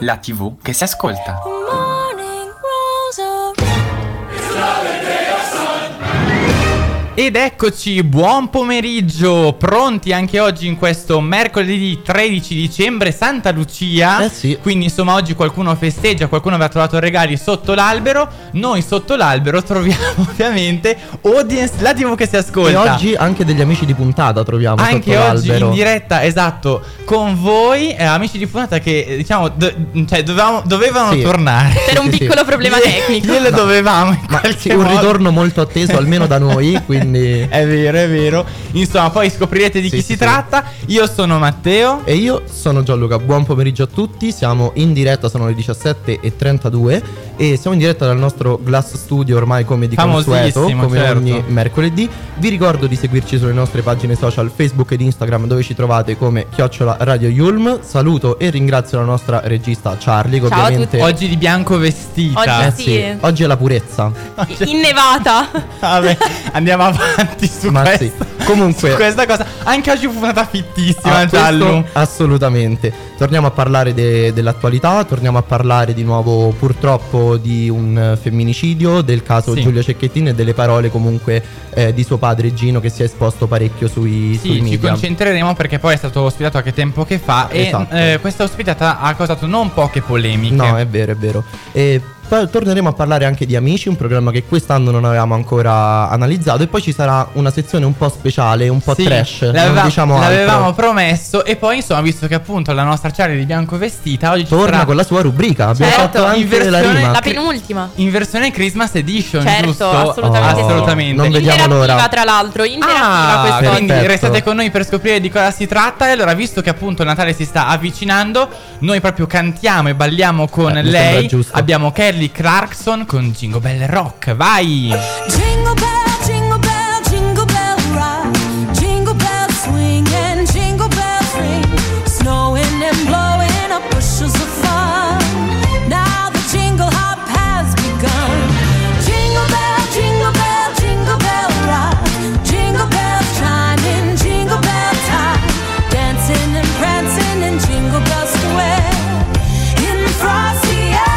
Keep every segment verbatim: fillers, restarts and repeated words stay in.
la tivù che si ascolta. Ed eccoci, buon pomeriggio, pronti anche oggi in questo mercoledì tredici dicembre, Santa Lucia. Eh sì. Quindi insomma oggi qualcuno festeggia, qualcuno aveva trovato regali sotto l'albero. Noi sotto l'albero troviamo ovviamente audience, la tivù che si ascolta. E oggi anche degli amici di puntata troviamo anche sotto oggi l'albero. in diretta, esatto, con voi, eh, amici di puntata che diciamo do- cioè dovevamo, dovevano Sì. tornare. C'era un Sì, piccolo sì. problema tecnico. Glielo No. dovevamo in Ma qualche sì, un modo. ritorno molto atteso almeno da noi, quindi È vero, è vero. Insomma, poi scoprirete di Sì, chi sì, si sì. tratta. Io sono Matteo. E io sono Gianluca, buon pomeriggio a tutti. Siamo in diretta, sono le diciassette e trentadue e siamo in diretta dal nostro Glass Studio ormai come di consueto, Famosissimo, come certo. ogni mercoledì. Vi ricordo di seguirci sulle nostre pagine social Facebook ed Instagram, dove ci trovate come chiocciola Radio Yulm. Saluto e ringrazio la nostra regista Charlie, che Ciao a ovviamente tutti. Oggi di bianco vestita. Oggi eh sì. sì, oggi è la purezza. Innevata. Vabbè, andiamo avanti su Ma questo. sì. Comunque- su questa cosa. Anche oggi fu una fittissima, Ah, Giallo. questo assolutamente. Torniamo a parlare de- dell'attualità, torniamo a parlare di nuovo purtroppo di un eh, femminicidio, del caso Sì. Giulia Cecchettin e delle parole comunque eh, di suo padre Gino, che si è esposto parecchio sui, sui Sì, ci media. concentreremo perché poi è stato ospitato anche tempo che fa. Esatto. E eh, questa ospitata ha causato non poche polemiche. No, è vero, è vero. E poi torneremo a parlare anche di Amici, un programma che quest'anno non avevamo ancora analizzato. E poi ci sarà una sezione un po' speciale, un po' Sì, trash, l'aveva- non diciamo l'avevamo altro. promesso. E poi insomma, visto che appunto la nostra Charlie di bianco vestita oggi ci Torna sarà con la sua rubrica. Abbiamo Certo, fatto in anche la versione- rima. La penultima. in versione Christmas Edition, Certo, giusto? assolutamente Oh, sì. assolutamente. non vediamo Interattiva, l'ora. tra l'altro, interattiva Ah, quest'oggi. quindi Perfetto. restate con noi per scoprire di cosa si tratta. E allora, visto che appunto il Natale si sta avvicinando, noi proprio cantiamo e balliamo con Eh, mi sembra lei. giusto. Abbiamo Kelly Clarkson con Jingle Bell Rock. Vai! Jingle bell, jingle bell, jingle bell rock. Jingle bell swing and jingle bells ring. Snowing and blowing up bushels of fun. Now the jingle hop has begun. Jingle bell, jingle bell, jingle bell rock. Jingle bells chiming, jingle bell time. Dancing and prancing in Jingle Bell Square. In the frosty air.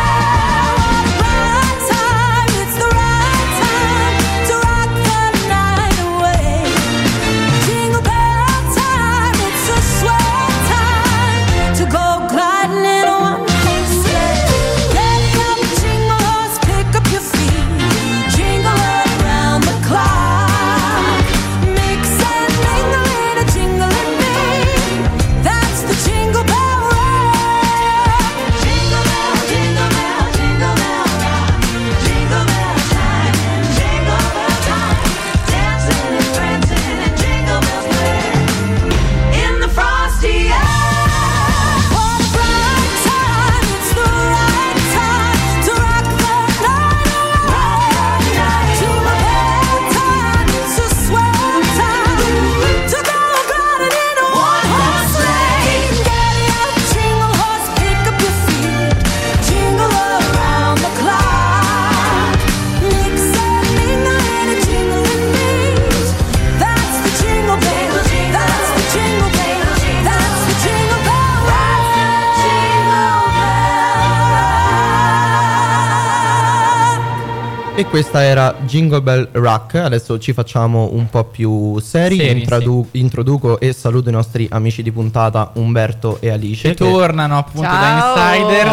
E questa era Jingle Bell Rock. Adesso ci facciamo un po' più seri, Seri, Introdu- Introduco e saluto i nostri amici di puntata Umberto e Alice, Che tornano appunto Ciao. da Insider.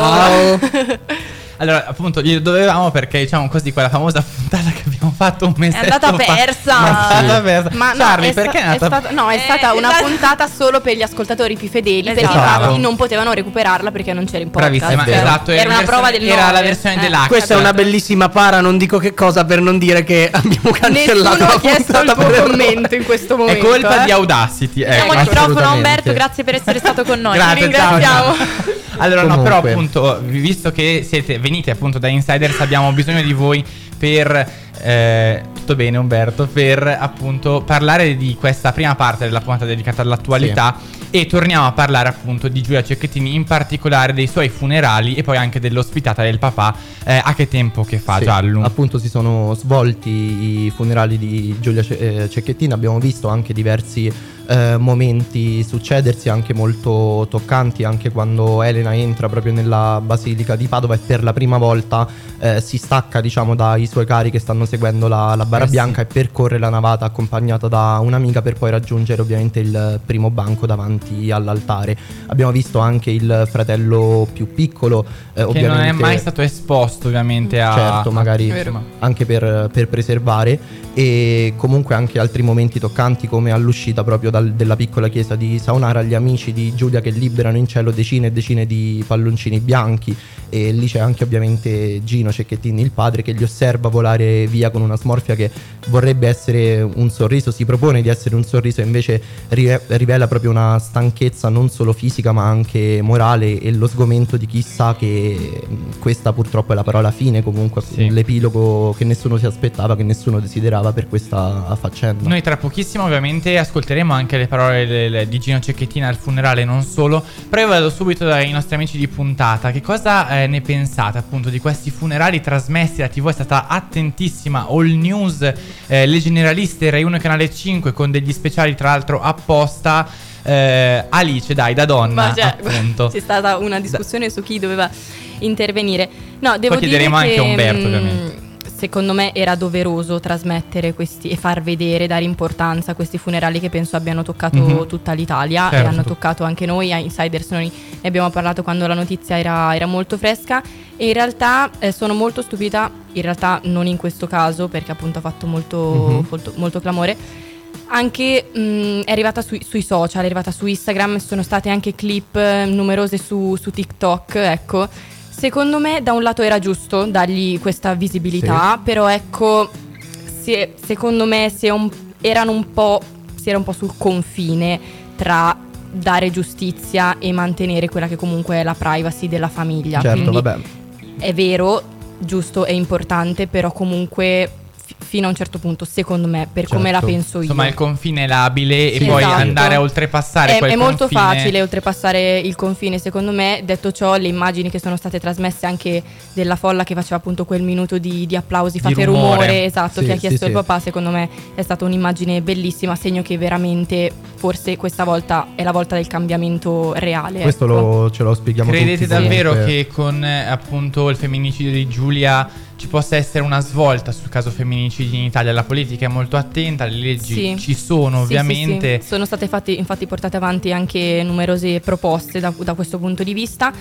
Ciao. Allora, appunto, glielo dovevamo perché diciamo così, quella famosa puntata che abbiamo fatto un mese È andata persa. Ma è andata persa. Ma no, Charlie, è sta- perché è è andata stata, no, è Eh, stata una esatto. puntata solo per gli ascoltatori più fedeli, perché Esatto. infatti non potevano recuperarla perché non c'era in podcast. Bravissima, È vero. esatto. Era in una versione- prova del Era la nove. versione Eh. dell'H. Questa è una bellissima para, non dico che cosa, per non dire che abbiamo cancellato Nessuno la ha chiesto il puntata tuo per errore. commento in questo È momento. colpa eh. di Audacity. Diamo Ecco. il microfono a assolutamente. Umberto, grazie per essere stato con noi. Grazie, Ti ciao, ringraziamo. ciao. Allora, no, però Comunque. appunto, visto che siete venite appunto da Insiders, abbiamo bisogno di voi per eh, tutto bene Umberto, per appunto parlare di questa prima parte della puntata dedicata all'attualità, sì. E torniamo a parlare appunto di Giulia Cecchettini, in particolare dei suoi funerali e poi anche dell'ospitata del papà. eh, A che tempo che fa, sì, Giallo? Appunto si sono svolti i funerali di Giulia Ce- eh, Cecchettini. Abbiamo visto anche diversi eh, momenti succedersi, anche molto toccanti, anche quando Elena entra proprio nella Basilica di Padova e per la prima volta eh, si stacca, diciamo, dai suoi cari che stanno seguendo la, la Bara eh, Bianca, sì. E percorre la navata accompagnata da un'amica per poi raggiungere ovviamente il primo banco davanti all'altare. Abbiamo visto anche il fratello più piccolo, eh, che ovviamente non è mai stato esposto ovviamente a... certo, magari a... anche per, per preservare, e comunque anche altri momenti toccanti come all'uscita proprio dal, della piccola chiesa di Saonara, gli amici di Giulia che liberano in cielo decine e decine di palloncini bianchi, e lì c'è anche ovviamente Gino Cecchettini, il padre, che li osserva volare via con una smorfia che vorrebbe essere un sorriso, si propone di essere un sorriso e invece ri- rivela proprio una stanchezza non solo fisica ma anche morale, e lo sgomento di chi sa che questa purtroppo è la parola fine, comunque sì. L'epilogo che nessuno si aspettava, che nessuno desiderava per questa faccenda. Noi tra pochissimo ovviamente ascolteremo anche le parole le, le, di Gino Cecchettini al funerale, non solo. Però io vado subito dai nostri amici di puntata. Che cosa eh, ne pensate appunto di questi funerali trasmessi? La tivù è stata attentissima, All News, eh, le generaliste, Rai uno e Canale cinque con degli speciali tra l'altro apposta. eh, Alice, dai, da donna. Ma cioè, appunto c'è stata una discussione da. su chi doveva intervenire. No, devo poi dire chiederemo che, anche a Umberto mh, ovviamente. Secondo me era doveroso trasmettere questi e far vedere, dare importanza a questi funerali che penso abbiano toccato mm-hmm. tutta l'Italia, certo. E hanno toccato anche noi, a Insiders noi ne abbiamo parlato quando la notizia era, era molto fresca, e in realtà eh, sono molto stupita, in realtà non in questo caso perché appunto ha fatto molto, mm-hmm. molto, molto clamore. Anche mh, è arrivata sui, sui social, è arrivata su Instagram, sono state anche clip eh, numerose su, su TikTok, ecco. Secondo me da un lato era giusto dargli questa visibilità, sì. Però ecco, se, secondo me se un, erano un po', si era un po' sul confine tra dare giustizia e mantenere quella che comunque è la privacy della famiglia. Certo, quindi vabbè. È vero, giusto e importante, però comunque fino a un certo punto, secondo me, per certo. come la penso io. Insomma, il confine è labile, sì, e poi esatto. andare a oltrepassare è, quel è molto confine. facile oltrepassare il confine, secondo me. Detto ciò, le immagini che sono state trasmesse anche della folla che faceva appunto quel minuto di, di applausi, di fate rumore, rumore esatto, sì, che ha chiesto sì, il sì. papà, secondo me è stata un'immagine bellissima, segno che veramente forse questa volta è la volta del cambiamento reale. Questo ecco. lo, ce lo spieghiamo Credete tutti, davvero comunque. che con eh, appunto il femminicidio di Giulia ci possa essere una svolta sul caso femminicidi in Italia? La politica è molto attenta, le leggi Sì. ci sono Sì, ovviamente. sì, sì. Sono state fatti, infatti portate avanti anche numerose proposte da, da questo punto di vista.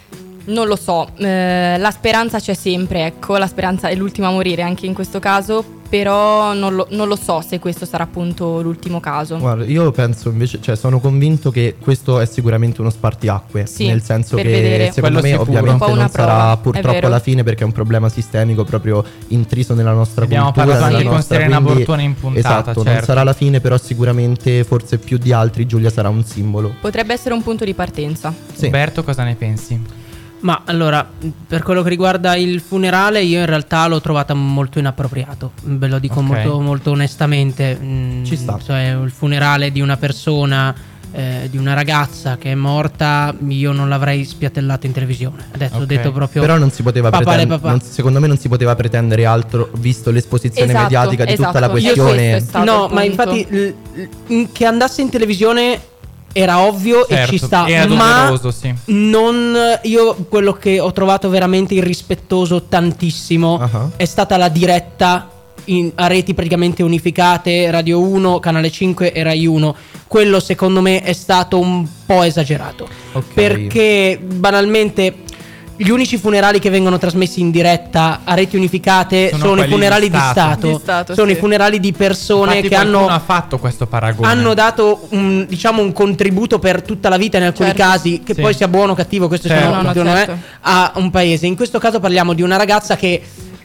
Non lo so, eh, la speranza c'è sempre, ecco, la speranza è l'ultima a morire anche in questo caso, però non lo, non lo so se questo sarà appunto l'ultimo caso. Guarda, io penso invece, cioè sono convinto che questo è sicuramente uno spartiacque, sì, nel senso per che vedere. secondo Quello me sicuro. ovviamente Un po' una non prova, sarà è purtroppo vero. la fine, perché è un problema sistemico proprio intriso nella nostra Abbiamo cultura. parlato nella anche con nostra, Serena quindi- Bortone in puntata, esatto, non certo. sarà la fine, però sicuramente forse più di altri Giulia sarà un simbolo. Potrebbe essere un punto di partenza. Sì. Umberto, cosa ne pensi? Ma allora, per quello che riguarda il funerale, io in realtà l'ho trovata molto inappropriato. Ve lo dico Ok. molto, molto onestamente. Mm, Ci sta. Cioè, il funerale di una persona, eh, di una ragazza che è morta, io non l'avrei spiattellata in televisione. Adesso Ok. ho detto proprio. Però non si poteva Papà le pretendere, papà. non- secondo me non si poteva pretendere altro, visto l'esposizione Esatto, mediatica di tutta esatto. la Io questo questione. è stato No, il ma punto. infatti l- l- che andasse in televisione era ovvio e Certo, ci sta. era Ma doveroso, sì. non, io quello che ho trovato veramente irrispettoso tantissimo Ah. è stata la diretta in, a reti praticamente unificate, Radio uno, Canale cinque e Rai uno. Quello secondo me è stato un po' esagerato, Ok. perché banalmente gli unici funerali che vengono trasmessi in diretta a reti unificate Sono sono, i quelli funerali di di Stato. Stato, Di Stato, sono sì. i funerali di persone Infatti che qualcuno hanno ha fatto questo paragone. hanno dato un, diciamo un contributo per tutta la vita in alcuni Certo. casi, che Sì. poi sia buono o cattivo, questo Certo. sono No, no, secondo certo. me, a un paese. In questo caso parliamo di una ragazza che,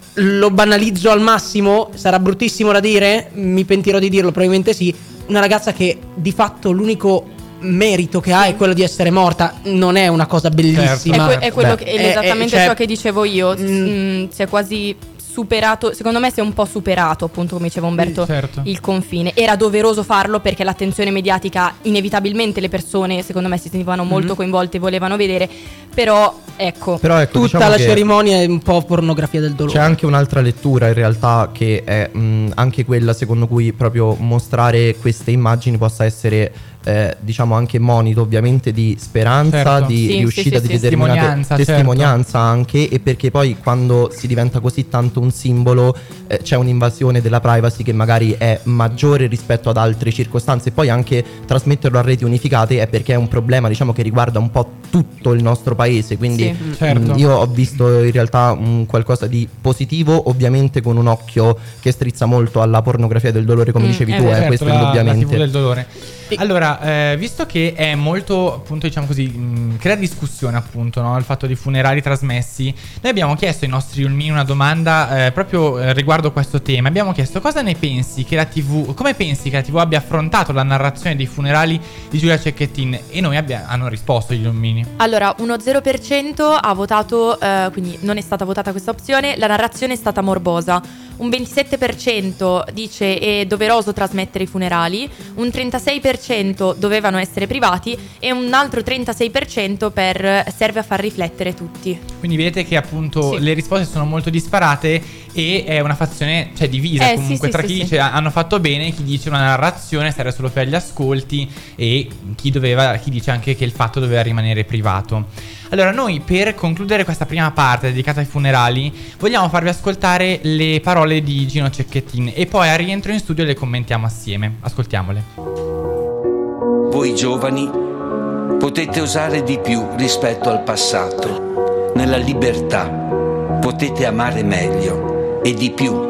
lo banalizzo al massimo, sarà bruttissimo da dire, mi pentirò di dirlo, probabilmente sì, una ragazza che di fatto l'unico merito che ha è quello di essere morta. Non è una cosa È, bellissima. Certo. que- è quello Beh, che, è eh, esattamente eh, cioè, ciò che dicevo io. mm, Mm, si è quasi superato, secondo me si è un po' superato, appunto come diceva Umberto, Sì, certo. il confine. Era doveroso farlo perché l'attenzione mediatica, inevitabilmente le persone secondo me si sentivano molto Mhm. coinvolte e volevano vedere, però ecco. Però ecco, Tutta diciamo la che cerimonia è un po' pornografia del dolore. c'è anche un'altra lettura in realtà che è mh, anche quella secondo cui proprio mostrare queste immagini possa essere eh, diciamo anche monito ovviamente di speranza, Certo. di Sì, riuscita sì, sì, di sì. determinate Testimonianza, certo. testimonianza anche, e perché poi quando si diventa così tanto un simbolo eh, c'è un'invasione della privacy che magari è maggiore rispetto ad altre circostanze, e poi anche trasmetterlo a reti unificate è perché è un problema diciamo che riguarda un po' tutto il nostro paese, quindi Sì. Certo. Mm, io ho visto in realtà un qualcosa di positivo, ovviamente con un occhio che strizza molto alla pornografia del dolore, come Mm, dicevi eh tu, beh, eh, Certo, questo la, la indubbiamente. tivù del dolore. E- Allora, eh, visto che è molto, appunto, diciamo così, mh, crea discussione, appunto, no? Il fatto di funerali trasmessi. Noi abbiamo chiesto ai nostri Ulmini una domanda eh, proprio eh, riguardo questo tema. Abbiamo chiesto cosa ne pensi che la tivù, come pensi che la tivù abbia affrontato la narrazione dei funerali di Giulia Cecchettin, e noi abbia- hanno risposto gli Ulmini. Allora, uno zero per cento ha votato, eh, quindi non è stata votata questa opzione, la narrazione è stata morbosa. Un ventisette per cento dice è doveroso trasmettere i funerali, un trentasei per cento dovevano essere privati e un altro trentasei per cento per serve a far riflettere tutti. Quindi vedete che appunto Sì. le risposte sono molto disparate e è una fazione, cioè, divisa Eh, comunque sì, tra sì, chi sì, dice "Ah, hanno fatto bene", chi dice una narrazione serve solo per gli ascolti, e chi doveva chi dice anche che il fatto doveva rimanere privato. Allora, noi per concludere questa prima parte dedicata ai funerali vogliamo farvi ascoltare le parole di Gino Cecchettin e poi al rientro in studio le commentiamo assieme. Ascoltiamole. Voi giovani potete osare di più rispetto al passato. Nella libertà potete amare meglio e di più.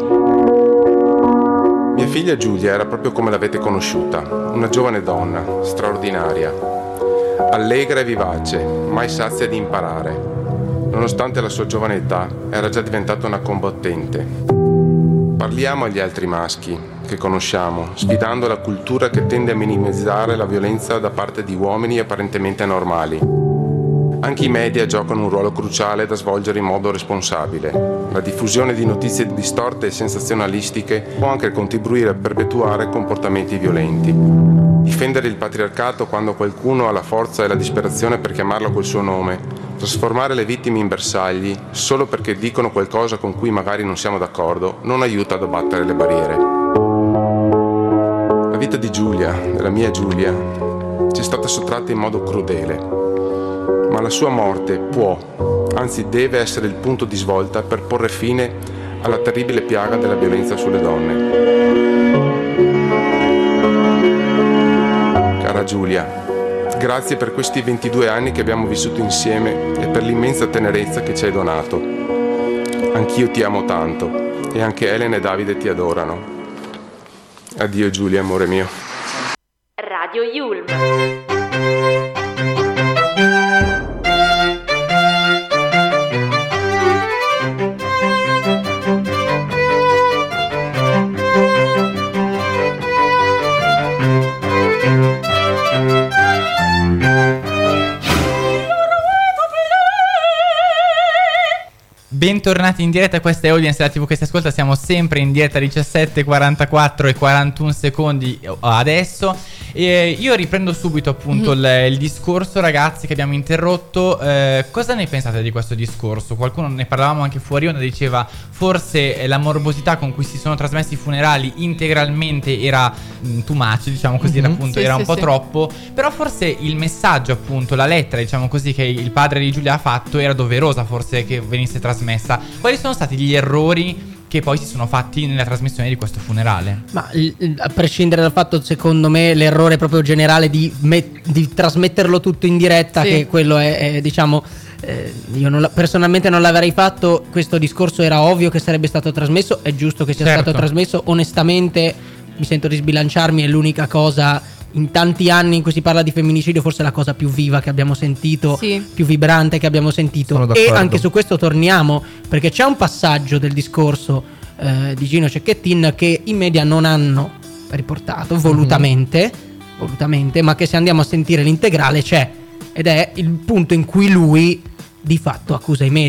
Mia figlia Giulia era proprio come l'avete conosciuta, una giovane donna, straordinaria, allegra e vivace, mai sazia di imparare. Nonostante la sua giovane età, era già diventata una combattente. Parliamo agli altri maschi che conosciamo, sfidando la cultura che tende a minimizzare la violenza da parte di uomini apparentemente normali. Anche i media giocano un ruolo cruciale da svolgere in modo responsabile. La diffusione di notizie distorte e sensazionalistiche può anche contribuire a perpetuare comportamenti violenti. Difendere il patriarcato quando qualcuno ha la forza e la disperazione per chiamarlo col suo nome, trasformare le vittime in bersagli solo perché dicono qualcosa con cui magari non siamo d'accordo, non aiuta ad abbattere le barriere. La vita di Giulia, della mia Giulia, ci è stata sottratta in modo crudele. Ma la sua morte può, anzi deve essere il punto di svolta per porre fine alla terribile piaga della violenza sulle donne. Cara Giulia, grazie per questi ventidue anni che abbiamo vissuto insieme e per l'immensa tenerezza che ci hai donato. Anch'io ti amo tanto e anche Elena e Davide ti adorano. Addio Giulia, amore mio. Radio Yulm. Bentornati in diretta, questa è Audience, la tivù che si ascolta, siamo sempre in diretta diciassette, quarantaquattro e quarantuno secondi adesso. E io riprendo subito appunto mm-hmm. il, il discorso, ragazzi, che abbiamo interrotto. Eh, cosa ne pensate di questo discorso? Qualcuno, ne parlavamo anche fuori onda, diceva forse la morbosità con cui si sono trasmessi i funerali integralmente era mh, too much, diciamo così, Mm-hmm. era appunto Sì, era sì, un po' sì. troppo. Però forse il messaggio, appunto, la lettera, diciamo così, che il padre di Giulia ha fatto era doverosa forse che venisse trasmessa. Quali sono stati gli errori che poi si sono fatti nella trasmissione di questo funerale? Ma il- il- a prescindere dal fatto, secondo me, l'errore proprio generale di, me- di trasmetterlo tutto in diretta, Sì. che quello è, è, diciamo, eh, io non la- personalmente non l'avrei fatto. Questo discorso era ovvio che sarebbe stato trasmesso, è giusto che sia Certo. stato trasmesso. Onestamente mi sento di sbilanciarmi, è l'unica cosa in tanti anni in cui si parla di femminicidio, forse la cosa più viva che abbiamo sentito, Sì. più vibrante che abbiamo sentito. Sono E d'accordo. anche su questo torniamo, perché c'è un passaggio del discorso eh, di Gino Cecchettin che i media non hanno riportato volutamente, volutamente, ma che se andiamo a sentire l'integrale c'è, ed è il punto in cui lui di fatto accusa i media.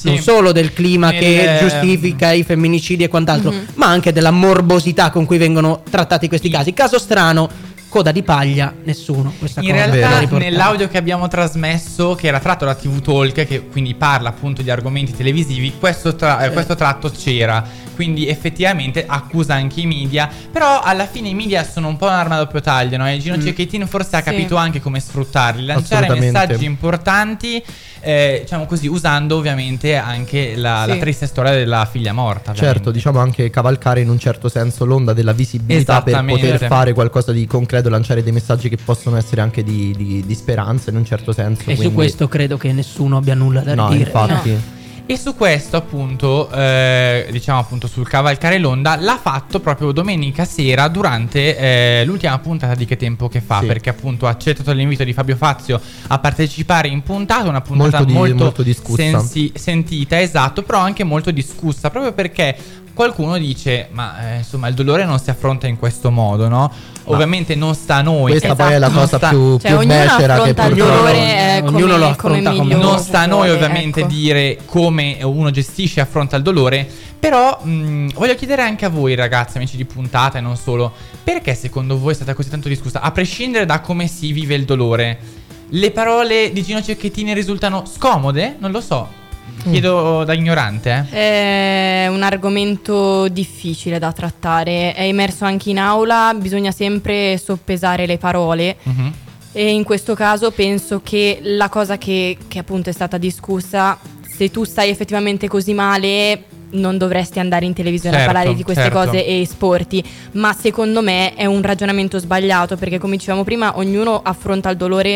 Sì. non solo del clima Nel- che giustifica i femminicidi e quant'altro, Mhm. ma anche della morbosità con cui vengono trattati questi casi. Caso strano, coda di paglia, nessuno questa In cosa realtà l'ha riportata. nell'audio che abbiamo trasmesso, che era tratto da T V Talk, che quindi parla appunto di argomenti televisivi, questo, tra- eh, questo tratto c'era, quindi effettivamente accusa anche i media, però alla fine i media sono un po' un'arma a doppio taglio, no? E Gino Mm. Cecchettin forse ha Sì. capito anche come sfruttarli, lanciare Assolutamente. messaggi importanti, eh, diciamo così, usando ovviamente anche la, la Sì. triste storia della figlia morta. ovviamente. Certo, diciamo anche cavalcare in un certo senso l'onda della visibilità per Esattamente. poter fare qualcosa di concreto, lanciare dei messaggi che possono essere anche di, di, di speranza in un certo senso. E su quindi- questo credo che nessuno abbia nulla da No, dire. infatti. E su questo appunto, eh, diciamo appunto sul cavalcare l'onda, l'ha fatto proprio domenica sera durante eh, l'ultima puntata di Che tempo che fa, Sì. perché appunto ha accettato l'invito di Fabio Fazio a partecipare in puntata, una puntata Molto molto, di- molto discussa. sensi- sentita, esatto, però anche molto discussa, proprio perché qualcuno dice, ma eh, insomma il dolore non si affronta in questo modo, no? Ovviamente non sta a noi. Questa poi è la Esatto. cosa Non sta- più, Cioè, più ognuno becera che affronta il purtroppo- dolore eh, come, Ognuno lo come affronta come migliore Non sta a noi vuole, ovviamente ecco. dire come uno gestisce e affronta il dolore, però mh, voglio chiedere anche a voi ragazzi, amici di puntata e non solo, perché secondo voi è stata così tanto discussa, a prescindere da come si vive il dolore? Le parole di Gino Cecchettin risultano scomode? Non lo so, chiedo da ignorante. eh. È un argomento difficile da trattare, è emerso anche in aula, bisogna sempre soppesare le parole. Mhm. E in questo caso penso che la cosa che, che appunto è stata discussa, se tu stai effettivamente così male non dovresti andare in televisione Certo, a parlare di queste certo. cose e esporti, ma secondo me è un ragionamento sbagliato, perché come dicevamo prima ognuno affronta il dolore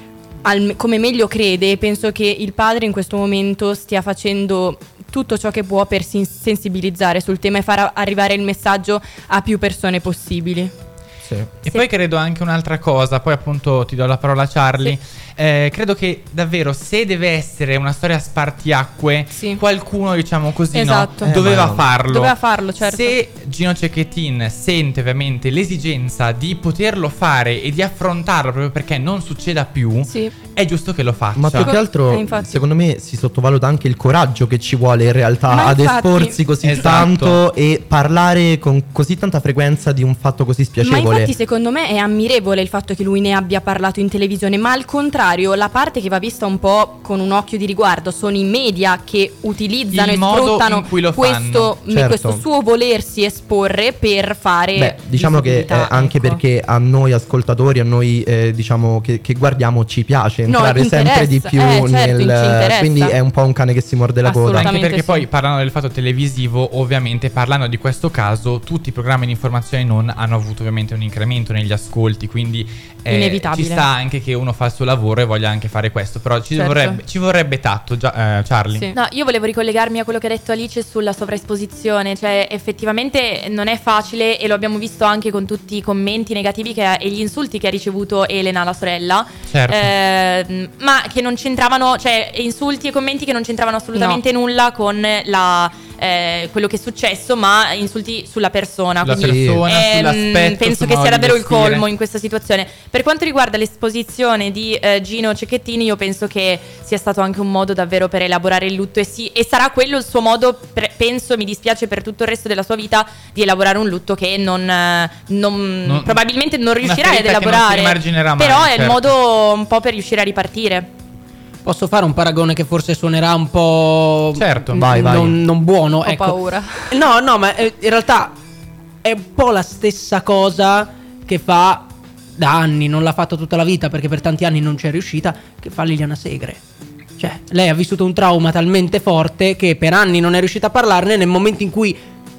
al- come meglio crede, e penso che il padre in questo momento stia facendo tutto ciò che può per sin- sensibilizzare sul tema e far a- arrivare il messaggio a più persone possibili. Sì. E Sì. poi credo anche un'altra cosa, poi appunto ti do la parola a Charlie. Eh, credo che davvero se deve essere una storia spartiacque, Sì. qualcuno diciamo così Esatto. no, doveva Eh, ma- farlo. Doveva farlo, certo. Se Gino Cecchettin sente ovviamente l'esigenza di poterlo fare e di affrontarlo proprio perché non succeda più, Sì. è giusto che lo faccia. Ma più che altro, Eh, infatti. secondo me, si sottovaluta anche il coraggio che ci vuole in realtà Ma ad infatti- esporsi così Esatto. tanto e parlare con così tanta frequenza di un fatto così Ma spiacevole. infatti secondo me è ammirevole il fatto che lui ne abbia parlato in televisione, ma al contrario la parte che va vista un po' con un occhio di riguardo sono i media che utilizzano Il e modo sfruttano in cui lo questo, fanno. Certo. questo suo volersi esporre per fare Beh, diciamo che eh, visibilità, anche ecco. perché a noi ascoltatori, a noi eh, diciamo che, che guardiamo, ci piace No, entrare sempre di interessa, più eh, certo, ci nel. interessa. Quindi è un po' un cane che si morde la coda. Anche Assolutamente perché sì. poi parlando del fatto televisivo, ovviamente parlando di questo caso, tutti i programmi di informazione non hanno avuto ovviamente un incremento negli ascolti, quindi eh, Inevitabile. ci sta anche che uno fa il suo lavoro e voglia anche fare questo, però ci, Certo. vorrebbe, ci vorrebbe tatto, già, eh, Charlie. Sì. No, io volevo ricollegarmi a quello che ha detto Alice sulla sovraesposizione, cioè effettivamente non è facile e lo abbiamo visto anche con tutti i commenti negativi che ha- e gli insulti che ha ricevuto Elena, la sorella, Certo. eh, ma che non c'entravano, cioè insulti e commenti che non c'entravano assolutamente nulla con la, eh, quello che è successo, ma insulti sulla persona. Sulla quindi, persona, ehm, sull'aspetto, penso sul che modo sia di davvero il vestire. colmo in questa situazione. Per quanto riguarda l'esposizione di eh, Gino Cecchettin, io penso che sia stato anche un modo davvero per elaborare il lutto e, sì, e sarà quello il suo modo, per- penso, mi dispiace per tutto il resto della sua vita, di elaborare un lutto che non, eh, non- Non- probabilmente non una riuscirà ad ferita che non si elaborare, rimarginerà mai, però è il certo. modo un po' per riuscire a ripartire. Posso fare un paragone che forse suonerà un po' Certo. n- Vai, vai. Non, non buono, Ho ecco. paura. No, no, ma eh, in realtà è un po' la stessa cosa che fa da anni, non l'ha fatto tutta la vita perché per tanti anni non c'è riuscita, che fa Liliana Segre. Cioè, lei ha vissuto un trauma talmente forte che per anni non è riuscita a parlarne, nel momento in cui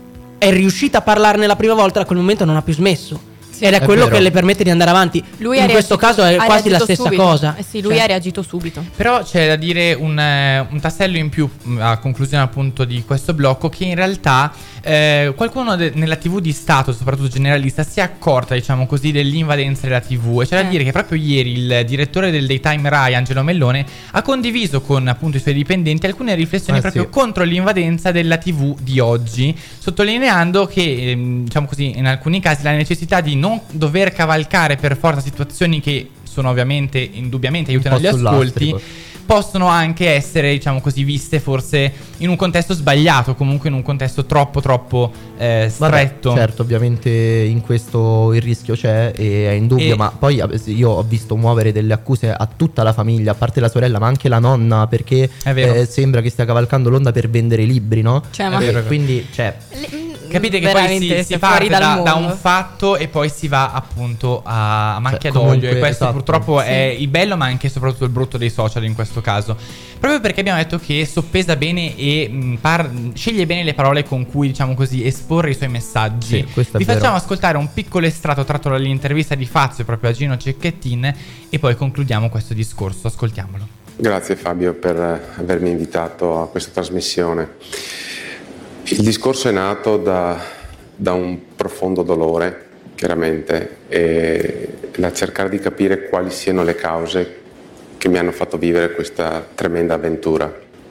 è riuscita a parlarne la prima volta, a quel momento non ha più smesso. Ed è, È quello vero. che le permette di andare avanti. Lui in ha questo reagito- caso è ha quasi la reagito stessa subito. cosa. Eh sì, lui Cioè, ha reagito subito. Però c'è da dire un, eh, un tassello in più mh, a conclusione appunto di questo blocco, che in realtà eh, qualcuno de- nella tivù di Stato, soprattutto generalista, si è accorta, diciamo così, dell'invadenza della tivù. E c'è da Eh. dire che proprio ieri il direttore del Daytime Rai, Angelo Mellone, ha condiviso con appunto i suoi dipendenti alcune riflessioni Eh, proprio sì. contro l'invadenza della tivù di oggi, sottolineando che ehm, diciamo così, in alcuni casi la necessità di non dover cavalcare per forza situazioni che sono ovviamente indubbiamente aiutano po' gli ascolti, sull'astrico. possono anche essere, diciamo così, viste forse in un contesto sbagliato, comunque in un contesto troppo troppo eh, stretto. Vabbè, certo, ovviamente in questo il rischio c'è e è indubbio, E- ma poi eh, io ho visto muovere delle accuse a tutta la famiglia, a parte la sorella, ma anche la nonna, perché È vero. eh, sembra che stia cavalcando l'onda per vendere i libri, no? Cioè, ma- E È vero, è vero. quindi, cioè, Capite che poi veramente si, si sei parte fuori dal da, da mondo. un fatto e poi si va appunto a, a macchia Cioè, d'olio, e comunque, questo esatto. purtroppo Sì. è il bello ma anche e soprattutto il brutto dei social in questo caso, proprio perché abbiamo detto che soppesa bene e mh, par- sceglie bene le parole con cui, diciamo così, esporre i suoi messaggi. Sì, questo è Vi vero. facciamo ascoltare un piccolo estratto tratto dall'intervista di Fazio proprio a Gino Cecchettin e poi concludiamo questo discorso. Ascoltiamolo. Grazie Fabio per avermi invitato a questa trasmissione. Il discorso è nato da, da un profondo dolore, chiaramente, e da cercare di capire quali siano le cause che mi hanno fatto vivere questa tremenda avventura.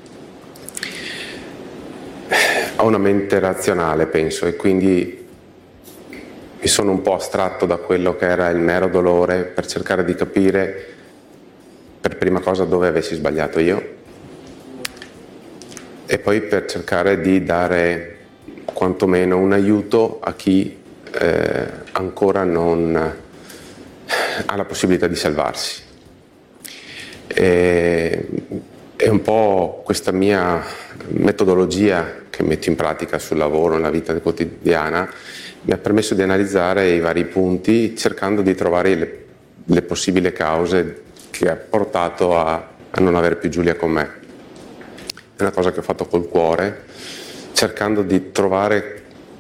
Ho una mente razionale, penso, e quindi mi sono un po' astratto da quello che era il mero dolore per cercare di capire per prima cosa dove avessi sbagliato io e poi per cercare di dare quantomeno un aiuto a chi eh, ancora non ha la possibilità di salvarsi. E, è un po' questa mia metodologia che metto in pratica sul lavoro, nella vita quotidiana, mi ha permesso di analizzare i vari punti cercando di trovare le, le possibili cause che ha portato a, a non avere più Giulia con me. È una cosa che ho fatto col cuore, cercando di trovare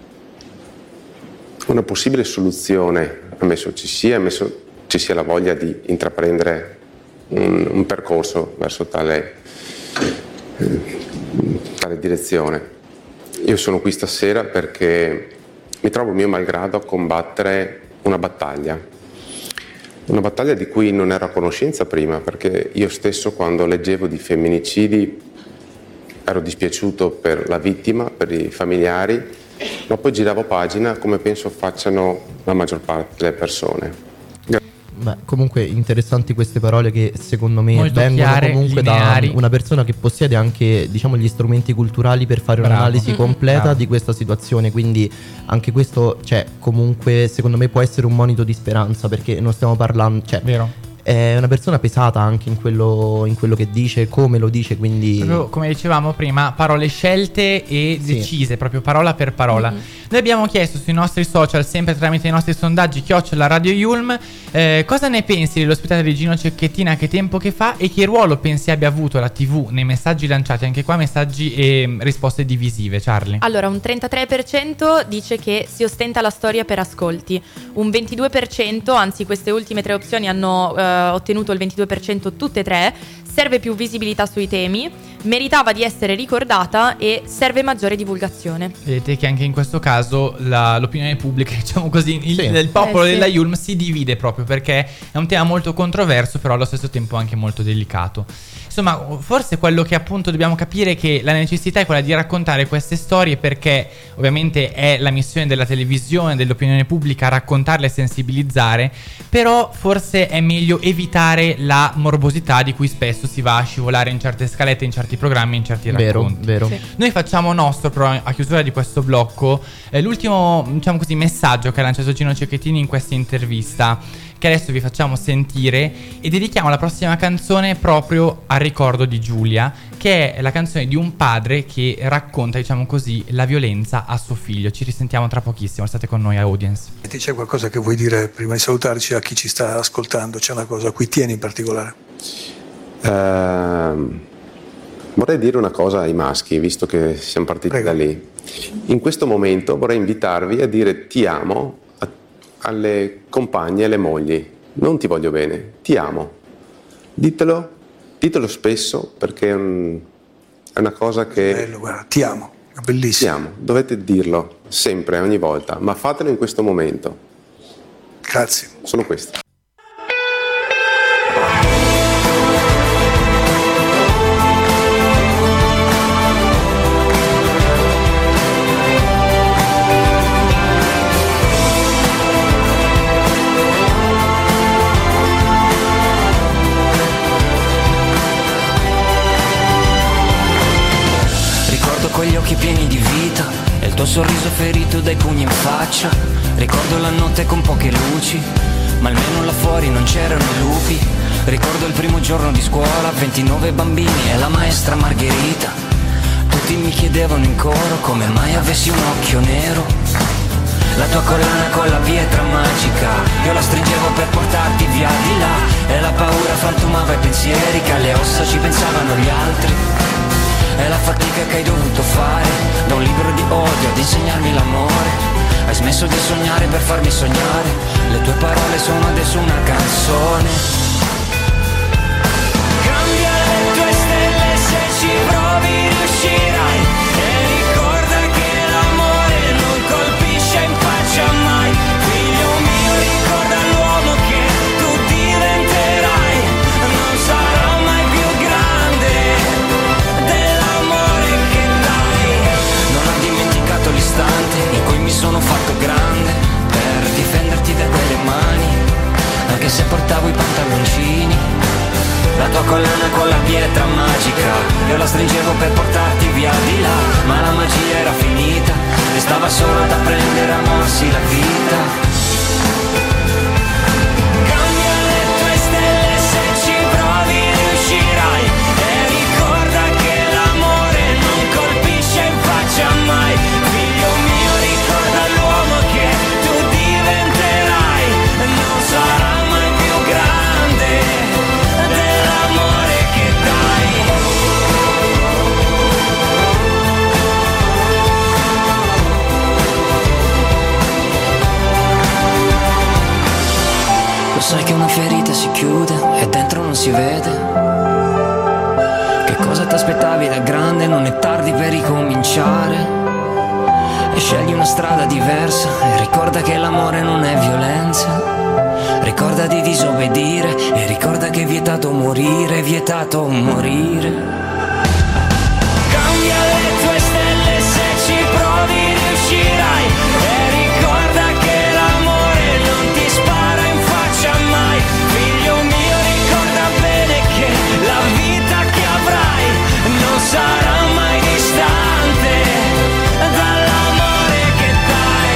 una possibile soluzione, ammesso ci sia, ammesso ci sia la voglia di intraprendere un, un percorso verso tale, eh, tale direzione. Io sono qui stasera perché mi trovo mio malgrado a combattere una battaglia. Una battaglia di cui non ero a conoscenza prima, perché io stesso quando leggevo di femminicidi ero dispiaciuto per la vittima, per i familiari, ma poi giravo pagina come penso facciano la maggior parte delle persone. beh, comunque interessanti queste parole che secondo me Molto vengono chiare, comunque lineari. da una persona che possiede anche, diciamo, gli strumenti culturali per fare Bravo. un'analisi Mm-mm. completa Bravo. di questa situazione, quindi anche questo, cioè, comunque secondo me può essere un monito di speranza, perché non stiamo parlando, cioè, Vero. è una persona pesata anche in quello, in quello che dice, come lo dice, quindi Proprio come dicevamo prima, parole scelte e Sì. decise, proprio parola per parola. Mhm. Noi abbiamo chiesto sui nostri social, sempre tramite i nostri sondaggi, chiocciola Radio Yulm, eh, cosa ne pensi dell'ospitata di Gino Cecchettin, a che tempo che fa, e che ruolo pensi abbia avuto la tivù nei messaggi lanciati, anche qua messaggi e mh, risposte divisive, Charlie. Allora, un trentatré per cento dice che si ostenta la storia per ascolti, un ventidue per cento, anzi queste ultime tre opzioni hanno eh, ottenuto il ventidue per cento tutte e tre, serve più visibilità sui temi, meritava di essere ricordata e serve maggiore divulgazione. Vedete che anche in questo caso la- l'opinione pubblica, diciamo così, il, Sì. il popolo Eh, sì. della Yulm si divide proprio perché è un tema molto controverso, però allo stesso tempo anche molto delicato. Insomma, forse quello che appunto dobbiamo capire è che la necessità è quella di raccontare queste storie, perché ovviamente è la missione della televisione, dell'opinione pubblica, raccontarle e sensibilizzare, però forse è meglio evitare la morbosità di cui spesso si va a scivolare in certe scalette, in certi programmi, in certi vero, racconti. vero. Sì. Noi facciamo nostro, però, a chiusura di questo blocco, eh, l'ultimo, diciamo così, messaggio che ha lanciato Gino Cecchettin in questa intervista, che adesso vi facciamo sentire, e dedichiamo la prossima canzone proprio al ricordo di Giulia, che è la canzone di un padre che racconta, diciamo così, la violenza a suo figlio. Ci risentiamo tra pochissimo, state con noi, audience. C'è qualcosa che vuoi dire prima di salutarci a chi ci sta ascoltando? C'è una cosa a cui tieni in particolare? Ehm, vorrei dire una cosa ai maschi, visto che siamo partiti Prego. da lì. In questo momento vorrei invitarvi a dire ti amo a- alle compagne e alle mogli. Non ti voglio bene, ti amo. Ditelo, ditelo spesso, perché è, un- è una cosa che Bello, guarda, ti amo, è ti bellissimo. amo. Dovete dirlo sempre, ogni volta, ma fatelo in questo momento. Grazie. Solo questo. occhi pieni di vita e il tuo sorriso ferito dai pugni in faccia. Ricordo la notte con poche luci, ma almeno là fuori non c'erano i lupi. Ricordo il primo giorno di scuola, ventinove bambini e la maestra Margherita. Tutti mi chiedevano in coro come mai avessi un occhio nero. La tua collana con la pietra magica, io la stringevo per portarti via di là. E la paura frantumava i pensieri, che alle ossa ci pensavano gli altri. E la fatica che hai dovuto fare, da un libro di odio ad insegnarmi l'amore. Hai smesso di sognare per farmi sognare, le tue parole sono adesso una canzone. Cambia le tue stelle, se ci provi riuscirai. E ricorda che l'amore non colpisce in faccia mai. Figlio mio, ricorda l'uomo che tu diventerai. Non sarà mai più grande dell'amore che dai. Non ho dimenticato l'istante in cui mi sono fatto grande per difenderti da quelle mani, anche se portavo i pantaloncini. La tua collana con la pietra magica, io la stringevo per portarti via di là, ma la magia era finita, restava solo da prendere a morsi la vita. Cambia le tue stelle, se ci provi riuscirai. E ricorda che l'amore non colpisce in faccia mai. Figlio mio, ricorda l'uomo che tu diventerai. Non sarà mai più grande dell'amore che dai. Lo sai che una ferita si chiude e dentro non si vede. Che cosa ti aspettavi da grande? Non è tardi per ricominciare. E scegli una strada diversa e ricorda che l'amore non è violenza. Ricorda di disobbedire e ricorda che è vietato morire, è vietato morire. Cambia le tue stelle, se ci provi riuscirai. E ricorda che l'amore non ti spara in faccia mai. Figlio mio, ricorda bene che la vita che avrai non sarà mai distante dall'amore che dai.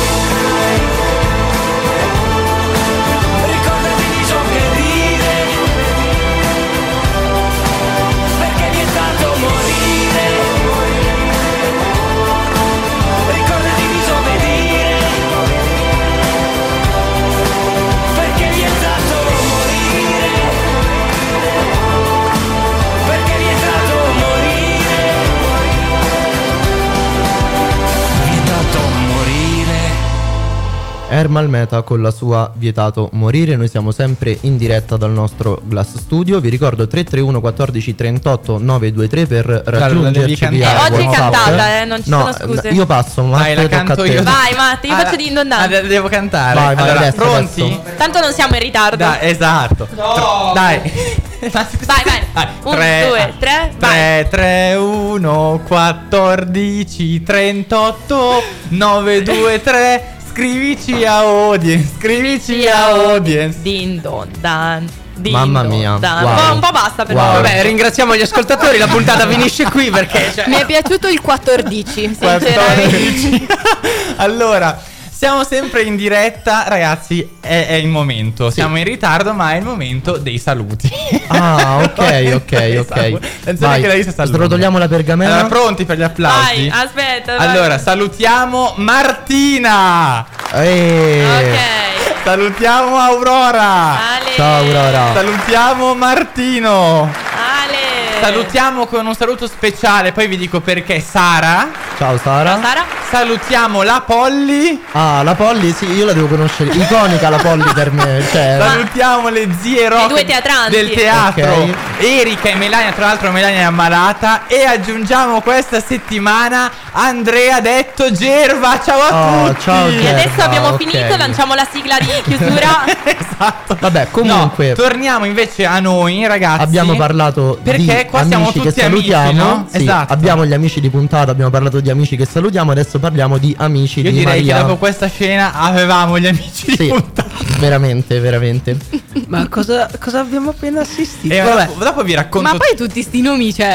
Ricorda di disobbedire, perché è vietato morire. Ricorda di disobbedire, perché è vietato morire. Perché è vietato morire. Vietato morire. Ermal Meta con la sua Vietato morire. Noi siamo sempre in diretta dal nostro Glass Studio. Vi ricordo tre tre uno quattordici trentotto nove due tre per raggiungerci devi via cantare. Eh, oggi è WhatsApp. cantata, eh, non ci No, sono scuse. io passo, ma Vai, la tocca a canto te. io. Vai, Matti, io Ah, faccio di indonnare. ah, devo cantare. Vai, vai, allora, adesso, pronti? adesso. Tanto non siamo in ritardo. Dai, esatto. Tr- Dai. Vai, vai. Un, due, tre, vai. tre, tre, uno, quattordici, trentotto, nove due tre. Scrivici a audience, scrivici a audience. Din don dan. Din Mamma don mia, dan. wow. Un po', un po' basta però. Wow. Vabbè, ringraziamo gli ascoltatori, la puntata finisce qui perché cioè, Mi è piaciuto il quattordici. quattordici. Allora, siamo sempre in diretta, ragazzi, è, è il momento. Siamo in ritardo, ma è il momento dei saluti. Ah, ok, ok, Esatto. ok. Attenzione Vai, che la lista sta srotoliamo la pergamena. Allora, pronti per gli applausi? Vai, aspetta. vai. Allora, salutiamo Martina. Eh. Ok. Salutiamo Aurora. Ale. Ciao Aurora. Salutiamo Martino. Ale. Salutiamo con un saluto speciale, poi vi dico perché, Sara. Ciao Sara. Sara. Salutiamo la Polly. Ah, la Polly, sì, io la devo conoscere. Iconica la Polly per me. Cioè, Salutiamo le zie rock due teatranti. del teatro, Ok. Erika e Melania. Tra l'altro Melania è ammalata. E aggiungiamo questa settimana Andrea detto Gerva. Ciao a Oh, tutti. ciao, E Gerva. adesso abbiamo ok. finito, lanciamo la sigla di chiusura. Esatto. Vabbè, comunque No, torniamo invece a noi, ragazzi. abbiamo parlato Perché di qua siamo amici tutti che salutiamo. amici, no? Sì, Esatto. abbiamo gli amici di puntata, abbiamo parlato di amici che salutiamo, adesso parliamo di amici Io di direi Maria. che dopo questa scena avevamo gli amici di Sì, puntata. veramente, veramente. ma cosa, cosa abbiamo appena assistito? E Vabbè. dopo, dopo vi racconto. Ma poi tutti sti nomi, cioè.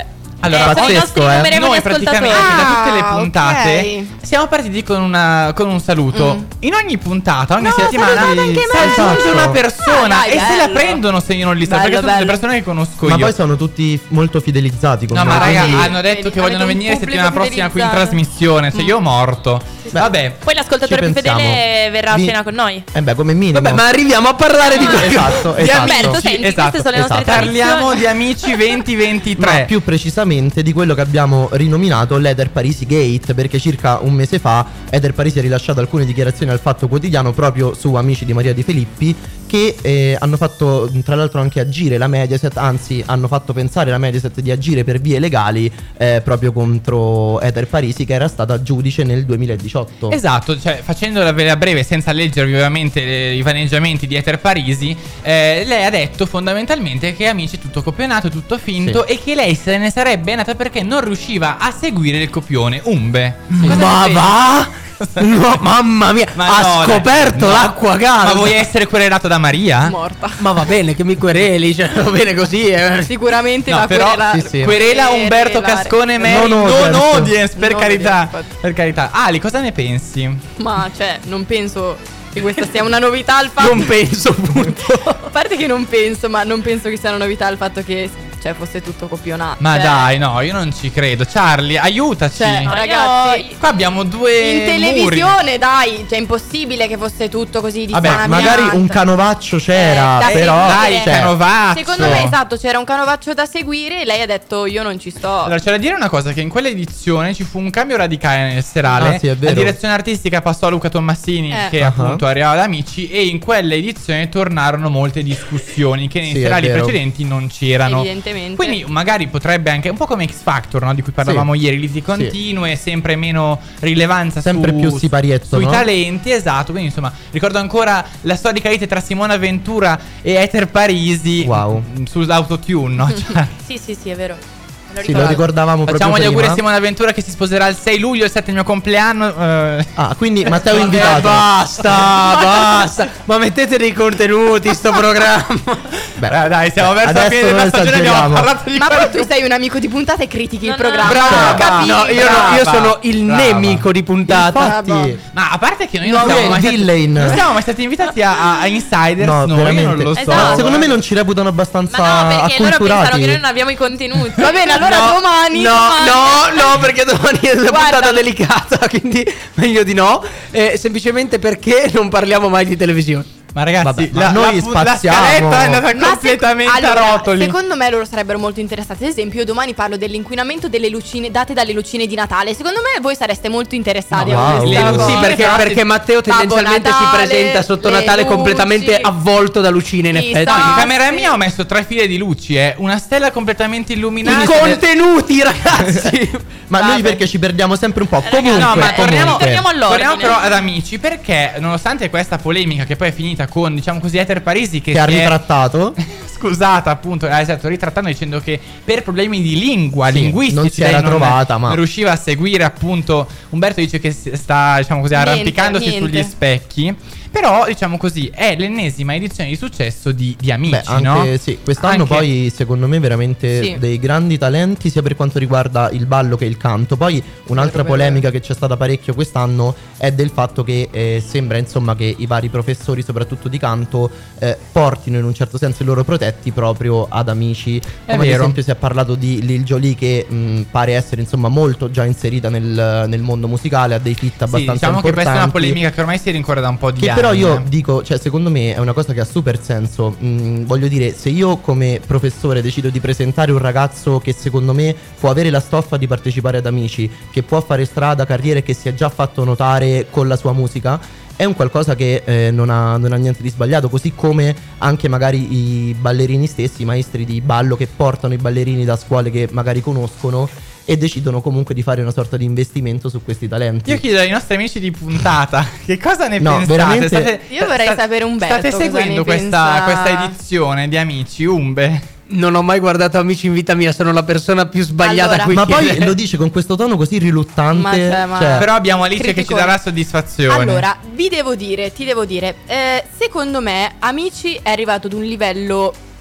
Allora, sono i nostri pazzesco, eh. innumerevoli noi ascoltatori. praticamente da tutte le Ah, puntate ok. siamo partiti con, una, con un saluto. Mm. In ogni puntata, ogni No, settimana salutate anche si me. aggiunge Esatto. una persona Ah, dai, e se la bello. prendono se io non li so, Bello, perché sono tutte bello. persone che conosco Ma io. poi sono tutti molto fidelizzati con No, noi, ma raga, quindi- hanno detto che Avete vogliono un venire pubblico settimana prossima qui in fidelizzato. trasmissione. Cioè, io morto. Beh, Vabbè. Poi l'ascoltatore Ci più pensiamo. fedele verrà a Vi- cena con noi. Eh beh, come minimo. Vabbè, ma arriviamo a parlare di questo. Esatto, Di esatto. Alberto, amici, senti, esatto, queste sono le nostre esatto. Parliamo tradizioni. di Amici venti ventitré. Ma più precisamente di quello che abbiamo rinominato l'Eder Parisi Gate, perché circa un mese fa Eder Parisi ha rilasciato alcune dichiarazioni al Fatto Quotidiano proprio su Amici di Maria Di Filippi, che eh, hanno fatto tra l'altro anche agire la Mediaset, anzi hanno fatto pensare la Mediaset di agire per vie legali eh, proprio contro Eder Parisi, che era stata giudice nel duemiladiciotto. Esatto, cioè facendola a breve senza leggervi ovviamente eh, i vaneggiamenti di Eter Parisi, eh, lei ha detto fondamentalmente che Amici è tutto copionato, tutto finto, Sì. e che lei se ne sarebbe andata perché non riusciva a seguire il copione. Umbe. Cosa Ma ne va? No, mamma mia, Ma ha no, dai, scoperto no. l'acqua calda. Ma vuoi essere querelato da Maria? Morta. Ma va bene che mi quereli, cioè va bene così. Eh. Sicuramente No, la però querela- sì, sì. Querela Umberto querelare. Cascone Mary, Non non audience. audience, per Non carità. audience, infatti. Per carità. Ali, cosa ne pensi? Ma cioè, non penso che questa sia una novità il fatto. Non penso, punto. A parte che non penso, ma non penso che sia una novità il fatto che cioè, fosse tutto copionato. Ma Cioè, dai, no, io non ci credo. Charlie, aiutaci. Cioè, No, ragazzi, io- Qua abbiamo due in muri. televisione, dai, cioè è impossibile che fosse tutto così di Vabbè, sana magari pianta. un canovaccio c'era, Eh, da però seguire. Dai, cioè, canovaccio. Secondo me, esatto, c'era un canovaccio da seguire e lei ha detto io non ci sto. Allora, c'è da dire una cosa: che in quell'edizione ci fu un cambio radicale nel serale. Ah, sì, è vero. La direzione artistica passò a Luca Tommasini, Eh. che Uh-huh. appunto arrivava da Amici. E in quell'edizione tornarono molte discussioni che nei Sì, è serali vero. precedenti non c'erano. Evidentemente. Quindi magari potrebbe anche, un po' come X Factor, no? Di cui parlavamo Sì. ieri, liti continue, sempre meno rilevanza Sempre su, più siparietto, sui no? talenti, esatto. Quindi insomma, ricordo ancora la storica lite tra Simona Ventura e Eter Parisi. Wow. Sull'autotune, no? Cioè, Sì, sì, sì, è vero. Me lo sì, lo ricordo. ricordavamo facciamo gli proprio auguri a prima. Simona Ventura che si sposerà il sei luglio, il sette è il mio compleanno. eh. Ah, quindi Matteo è Eh, invitato. basta, basta. Ma mettete dei contenuti sto programma. Beh, Dai, dai, siamo verso la adesso fine della non stagione, abbiamo esageriamo. parlato di Ma quello. poi tu sei un amico di puntata e critichi No, il no, programma. brava. Non capisco. No, io, no, Brava, io sono il brava. nemico di puntata. Infatti, Ma a parte che noi non No, siamo, lui è mai il stati, villain. non siamo mai stati invitati a, a- a Insiders. no, noi, io veramente. non lo so. Esatto. Secondo me non ci reputano abbastanza Ma no, perché loro pensano acculturati. che noi non abbiamo i contenuti. Va bene, allora No, domani. No, domani. no, no, perché domani è una Guarda. puntata delicata, quindi meglio di no. Eh, semplicemente perché non parliamo mai di televisione. Ma ragazzi, Vabbè, ma la, noi la, spaziamo. la scaletta è andata Ma se- completamente allora, a rotoli. Secondo me loro sarebbero molto interessati. Ad esempio, io domani parlo dell'inquinamento delle lucine date dalle lucine di Natale. Secondo me voi sareste molto interessati No, a wow. questa Le lucine, cosa. Sì, perché, però perché si- Matteo tendenzialmente Babbo si Natale, presenta sotto le Natale luci. completamente avvolto da lucine, in Sì, effetti. sta- In Ah, camera sì. mia ho messo tre file di luci, eh. Una stella completamente I illuminata. contenuti, ragazzi. Ma Vabbè. noi perché ci perdiamo sempre un po'. Ragazzi, Comunque, No, ma torniamo, comunque. torniamo all'ordine. torniamo però ad Amici, perché nonostante questa polemica che poi è finita con, diciamo così, Eter Parisi che, che ha si è ritrattato. scusata appunto, eh, esatto, ritrattando dicendo che per problemi di lingua, Sì, linguistici, non si lei era trovata, ma- non riusciva a seguire appunto. Umberto dice che si sta, diciamo così, Niente, arrampicandosi niente. sugli specchi. Però, diciamo così, è l'ennesima edizione di successo di, di Amici, Beh, anche no? sì, quest'anno Anche- poi secondo me veramente Sì. dei grandi talenti sia per quanto riguarda il ballo che il canto. Poi un'altra Vero, vero, polemica che c'è stata parecchio quest'anno è del fatto che eh, sembra insomma che i vari professori soprattutto di canto eh, portino in un certo senso i loro protetti proprio ad Amici. Come ad vero. esempio si è parlato di Lil Jolie che mh, pare essere insomma molto già inserita nel, nel mondo musicale, ha dei fit Sì, abbastanza diciamo che questa è una importanti. polemica che ormai si rincorre da un po' di Che anni. però io eh. dico, cioè secondo me è una cosa che ha super senso. Mm, voglio dire, se io come professore decido di presentare un ragazzo che secondo me può avere la stoffa di partecipare ad Amici, che può fare strada, carriera e che si è già fatto notare con la sua musica, è un qualcosa che eh, non, ha, non ha niente di sbagliato. Così come anche magari i ballerini stessi, i maestri di ballo che portano i ballerini da scuole che magari conoscono e decidono comunque di fare una sorta di investimento su questi talenti. Io chiedo ai nostri amici di puntata che cosa ne No, pensate. veramente- State- Io vorrei sapere Umberto State cosa seguendo ne questa, pensa. questa edizione di Amici, Umbe? Non ho mai guardato Amici in vita mia, sono la persona più sbagliata Allora, a cui Ma poi chiedere. lo dice con questo tono così riluttante. Ma cioè, ma- cioè- Però abbiamo Alice che ci Criticone. darà soddisfazione. Allora, vi devo dire, ti devo dire, eh, secondo me Amici è arrivato ad un livello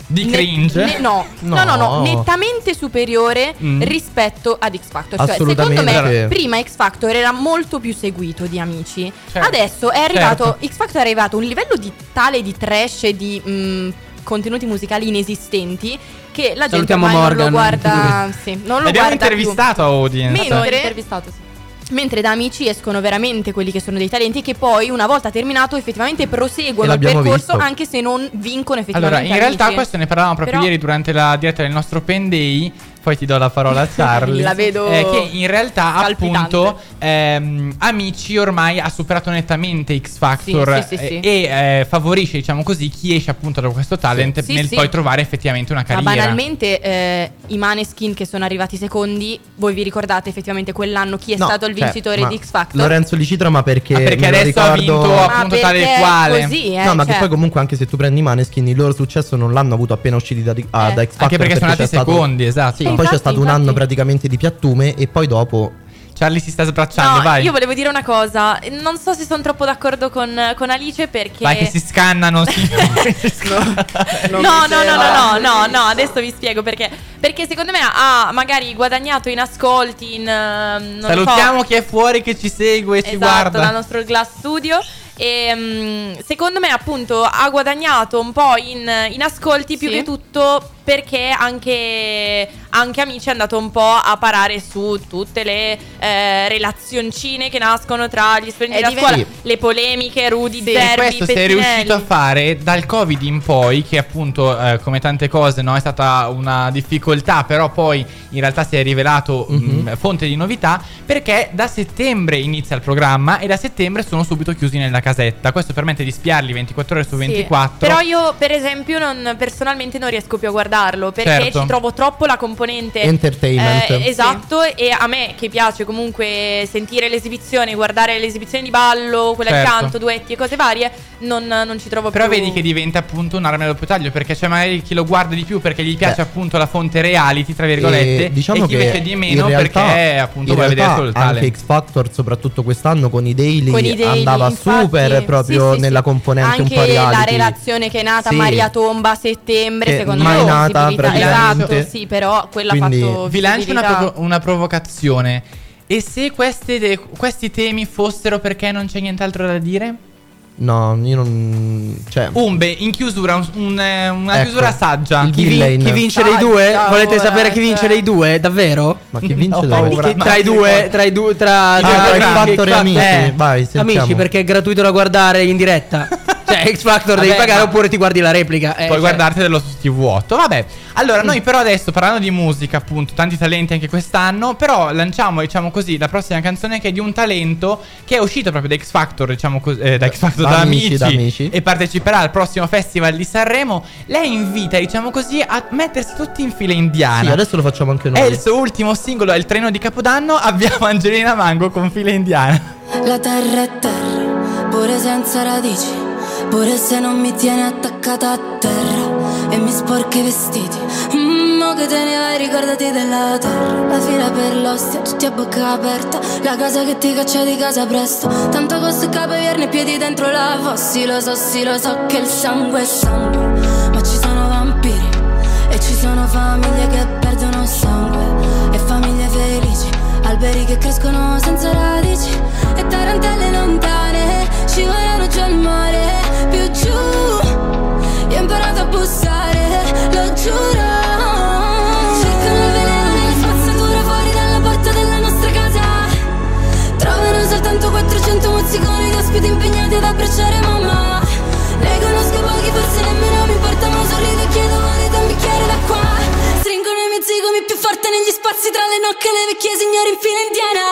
Di ne- cringe? ne- no, no, no, No. no, nettamente superiore Mm. rispetto ad X Factor. Cioè, secondo Assolutamente. me, prima X Factor era molto più seguito di Amici. Certo. Adesso è arrivato, Certo. X Factor è arrivato a un livello di tale di trash e di mm, contenuti musicali inesistenti che la gente Salutiamo ormai non lo Morgan. guarda, sì, non lo Abbiamo guarda più. intervistato a Audience. Mentre- L'ho intervistato, sì. Mentre da Amici escono veramente quelli che sono dei talenti che poi una volta terminato effettivamente proseguono E il l'abbiamo percorso visto. anche se non vincono effettivamente. Allora, in realtà Amici. questo ne parlavamo proprio Però- ieri durante la diretta del nostro Pen Day. Poi ti do la parola a Charlie. La vedo Eh, che in realtà palpitante. appunto ehm, Amici ormai ha superato nettamente X Factor Sì, sì, sì, eh, sì. e eh, favorisce, diciamo così, chi esce appunto da questo talent Sì, nel sì. poi trovare effettivamente una Ma carriera. banalmente eh, i Maneskin che sono arrivati secondi, voi vi ricordate effettivamente quell'anno chi è No, stato il cioè, vincitore ma di X Factor? Lorenzo Licitra, ma perché, Ah, perché me lo adesso ha ricordo- vinto Ma appunto tale perché e quale. così, eh, No, ma che cioè- poi comunque anche se tu prendi i Maneskin, il loro successo non l'hanno avuto appena usciti da, ah, Eh. da X Factor. Anche perché sono c'è andati stato- secondi, esatto. Sì, Eh, poi infatti, c'è stato un infatti. anno praticamente di piattume e poi dopo Charlie si sta sbracciando, No, vai. io volevo dire una cosa. Non so se sono troppo d'accordo con, con Alice perché. Vai che si scannano. si- No, no, no, no, no, no, no, adesso vi spiego perché. Perché secondo me ha magari guadagnato in ascolti, in. eh, non lo so, Salutiamo chi è fuori che ci segue e ci esatto, guarda. dal nostro Glass Studio. E mm, secondo me appunto ha guadagnato un po' in, in ascolti più Sì. che tutto perché anche, anche Amici è andato un po' a parare su tutte le eh, relazioncine che nascono tra gli studenti È della diven- scuola, Sì. le polemiche, Rudy, Sì, Zerbi, questo sei Pettinelli. riuscito a fare dal Covid in poi, che appunto eh, come tante cose no, è stata una difficoltà, però poi in realtà si è rivelato Mhm. mh, fonte di novità, perché da settembre inizia il programma e da settembre sono subito chiusi nella casetta. Questo permette di spiarli ventiquattro ore su Sì, ventiquattro. però io per esempio non, personalmente non riesco più a guardarlo perché Certo. ci trovo troppo la componente Entertainment. eh, esatto, e a me che piace comunque sentire l'esibizione, guardare l'esibizione di ballo, quella Certo. di canto, duetti e cose varie, non, non ci trovo Però più. vedi che diventa appunto un'arma a doppio taglio, perché c'è magari chi lo guarda di più perché gli piace Beh. appunto la fonte reality, tra virgolette, E diciamo e chi che invece di meno in realtà- perché appunto in vuole vedere realtà solo il anche talent. X Factor, soprattutto quest'anno con i daily, Con i daily, andava infatti, super proprio sì, sì, nella sì. componente un po' anche reality. la relazione che è nata Sì. Maria Tomba a settembre, Che secondo mai me nata, visibilità. praticamente. Esatto, sì, però quella Quindi- ha fatto Vi lancio una, visibilità. provo- una provocazione. E se queste de- questi temi fossero perché non c'è nient'altro da dire? No, io non. Cioè. Umbe, in chiusura, un- un, eh, una Ecco, chiusura saggia. il Chi, vi- villain. chi vince dei Dai, due? dai, Volete ora, sapere chi vince cioè. dei due? Davvero? Ma chi vince Ho da paura. ora? Ma- Tra i due, tra i due, tra, Ah, tra tra i X Factor e X Amici, eh, vai, sentiamo. Amici, perché è gratuito da guardare in diretta. Cioè, X Factor devi Vabbè, pagare ma- oppure ti guardi la replica. Eh, Puoi cioè. guardartelo su T V otto. Vabbè. Allora, noi però adesso parlando di musica, appunto, tanti talenti anche quest'anno. Però lanciamo, diciamo così, la prossima canzone che è di un talento che è uscito proprio da X Factor, diciamo così, eh, da X Factor Da da, Amici, amici, da Amici. e parteciperà al prossimo festival di Sanremo. Lei invita, diciamo così, a mettersi tutti in fila indiana. Sì, adesso lo facciamo anche noi. È il suo ultimo singolo, è il treno di Capodanno. Abbiamo Angelina Mango con fila indiana. La terra è terra, pure senza radici, pure se non mi tiene attaccata a terra e mi sporchi i vestiti. Mm, mo che te ne vai, ricordati della terra. La fila per l'ostia, tutti a bocca aperta, la casa che ti caccia di casa presto. Tanto costa capo i piedi dentro la fossa. Sì lo so, sì lo so che il sangue è sangue, ma ci sono vampiri e ci sono famiglie che perdono sangue e famiglie felici, alberi che crescono senza radici e tarantelle lontane scivolano giù al mare. Più giù io ho imparato a bussare, lo giuro. Cercano il veleno nella spazzatura fuori dalla porta della nostra casa. Trovano soltanto quattrocento mozziconi di ospiti impegnati ad abbracciare mamma. Ne conosco pochi, forse nemmeno mi importa, ma sorrido e chiedo volete un bicchiere d'acqua. Stringono i miei zigomi più forte negli spazi tra le nocche e le vecchie signore in fila indiana.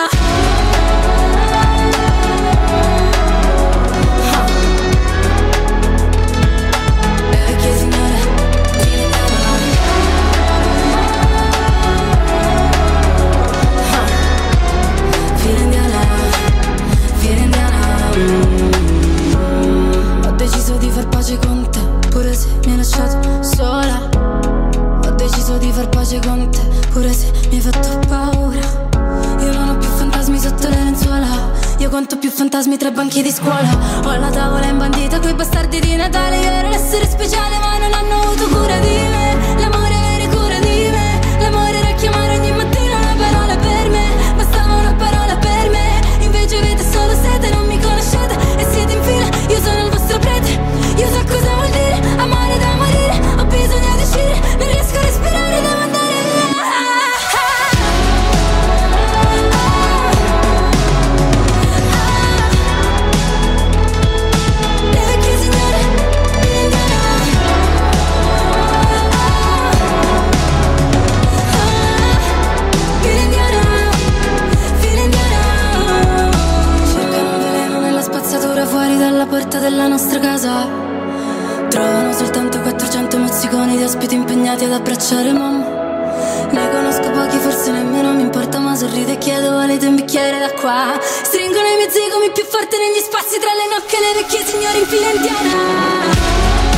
Le vecchie signore in fila indiana. Fila indiana, fila indiana. Ho deciso di far pace con te, pure se mi hai lasciato sola. Ho deciso di far pace con te, pure se mi hai fatto paura. Io non ho più fantasmi sotto le lenzuola, io Io conto più fantasmi tra banchi di scuola. Ho la tavola imbandita coi bastardi di Natale. Io ero l'essere speciale ma non hanno avuto cura di me. L'amore avere cura di me. L'amore era chiamare ogni mattina una parola per me. Bastava una parola per me. Invece avete solo sete, non mi conoscete e siete in fila. Io sono il vostro prete. Io so cosa vuol dire amare da morire. Ho bisogno di uscire, non riesco a respirare, devo andare via. Le vecchie signore, fine indiana. Fine indiana, fine indiana. Cercano un veleno nella spazzatura fuori dalla porta della nostra casa. Trovano soltanto quattrocento mozziconi di ospiti impegnati ad abbracciare mamma. Ne conosco pochi, forse nemmeno mi importa, ma sorrido e chiedo volete un bicchiere d'acqua. Stringono i miei zigomi più forte negli spazi tra le nocche, le vecchie signore in fila indiana.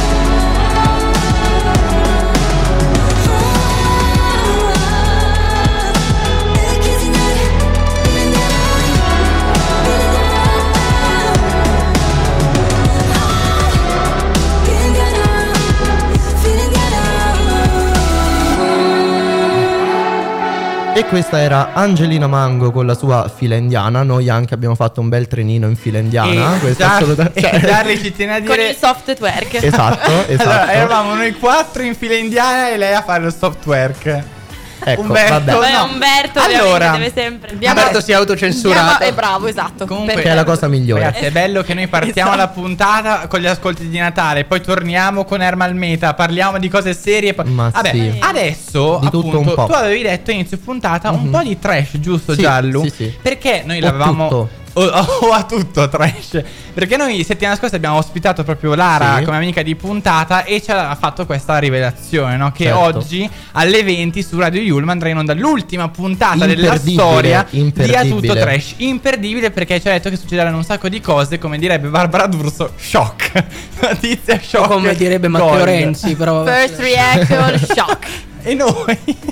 E questa era Angelina Mango con la sua fila indiana. Noi anche abbiamo fatto un bel trenino in fila indiana. E Questo è Dar- assolutamente- e Darly ci tiene a Con dire il soft twerk. Esatto, esatto. Allora, eravamo noi quattro in fila indiana e lei a fare lo soft work. Ecco, Umberto, vabbè. Poi no. Umberto Allora, ovviamente deve sempre. Umberto si è autocensurato. È bravo, esatto. Comunque, Che è la cosa migliore. ragazzi, è bello che noi partiamo Esatto. la puntata con gli ascolti di Natale, poi torniamo con Ermal Meta, parliamo di cose serie. Poi... Ma Vabbè, sì. adesso Di tutto appunto un po'. tu avevi detto inizio puntata un po' di trash, giusto, Sì, Giallo? sì, sì. Perché noi O l'avevamo tutto. o, o a tutto trash. Perché noi settimana scorsa abbiamo ospitato proprio Lara Sì. come amica di puntata e ci ha fatto questa rivelazione, no? Che Certo. oggi alle venti su Radio Yulm andrà in onda l'ultima puntata della Imperdibile, storia di A imperdibile. Tutto Trash. Imperdibile perché ci ha detto che succederanno un sacco di cose, come direbbe Barbara D'Urso, shock. Notizia shock. Come direbbe Matteo Gold. Renzi, però. First reaction shock. E noi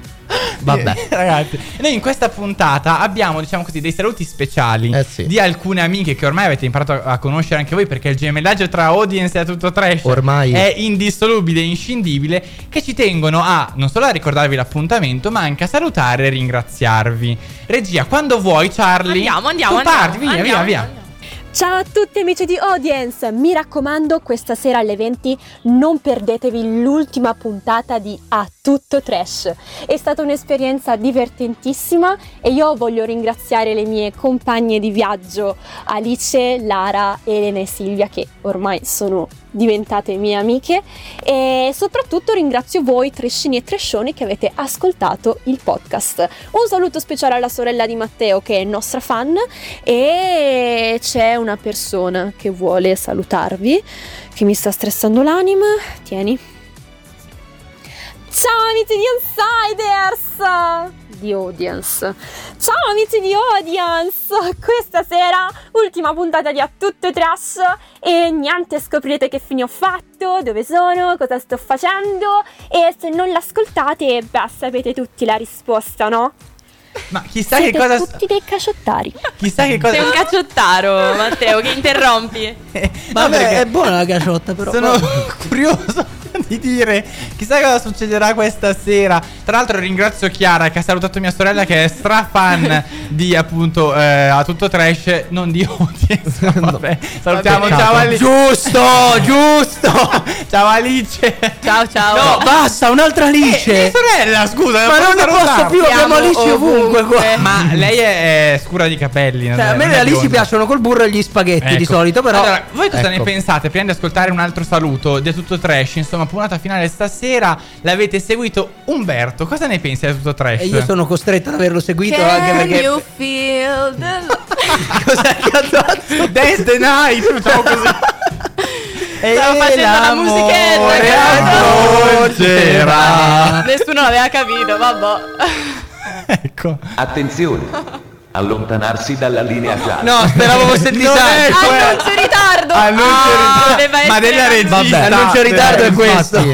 Vabbè. ragazzi, noi in questa puntata abbiamo, diciamo così, dei saluti speciali Eh sì. di alcune amiche che ormai avete imparato a, a conoscere anche voi, perché il gemellaggio tra audience e A Tutto Trash Ormai è indissolubile e inscindibile, che ci tengono a non solo a ricordarvi l'appuntamento, ma anche a salutare e ringraziarvi. Regia, quando vuoi, Charlie. Andiamo, andiamo, tu parti, andiamo, via, andiamo, via, via. andiamo. Ciao a tutti amici di Audience, mi raccomando questa sera alle venti non perdetevi l'ultima puntata di A Tutto Trash. È stata un'esperienza divertentissima e io voglio ringraziare le mie compagne di viaggio Alice, Lara, Elena e Silvia, che ormai sono diventate mie amiche, e soprattutto ringrazio voi trashini e trashoni che avete ascoltato il podcast. Un saluto speciale alla sorella di Matteo che è nostra fan, e c'è una persona che vuole salutarvi che mi sta stressando l'anima. Tieni. Ciao amici di Insiders di Audience. Ciao amici di Audience. Questa sera ultima puntata di A Tutto Trash e niente, scoprirete che fine ho fatto, dove sono, cosa sto facendo, e se non l'ascoltate, beh, sapete tutti la risposta, no? Ma chissà Siete che cosa tutti dei caciottari. Chissà che cosa Sei un cacciottaro, Matteo, che interrompi. Vabbè, perché è buona la caciotta, però. sono curioso di dire chissà cosa succederà questa sera. Tra l'altro ringrazio Chiara che ha salutato mia sorella, che è stra fan di appunto eh, A Tutto Trash, non di Audience. Vabbè, salutiamo. Vabbè, Ciao capo. Alice. Giusto, giusto. Ciao Alice. Ciao, ciao. No, basta, un'altra Eh, Alice. mia sorella, scusa, Ma non ne posso salutarla. più, abbiamo Siamo Alice ovunque qua. Ma lei è, è scura di capelli. non Cioè, è- a me non le è Alici bionda. piacciono col burro e gli spaghetti di Ecco. solito, però. Allora, voi cosa ne Ecco. pensate? Prima di ascoltare un altro saluto di A Tutto Trash, insomma, puntata finale stasera, l'avete seguito. Umberto, cosa ne pensi di A Tutto Trash? E io sono costretto ad averlo seguito anche Can perché. you feel the... Cos'è che ha fatto? Dance the night, facciamo così. E Stavo facendo la musichetta, l'amore cazzo. avvolgerà. Nessuno l'aveva capito, vabbè. Ecco. Attenzione, allontanarsi dalla linea gialla. No, speravo fosse il Non è disagio. quello. Annuncio in ritardo. Annuncio Ah, in ritardo. doveva Ma essere della annuncio. regista. Vabbè, annuncio in ritardo è Eh, questo. infatti.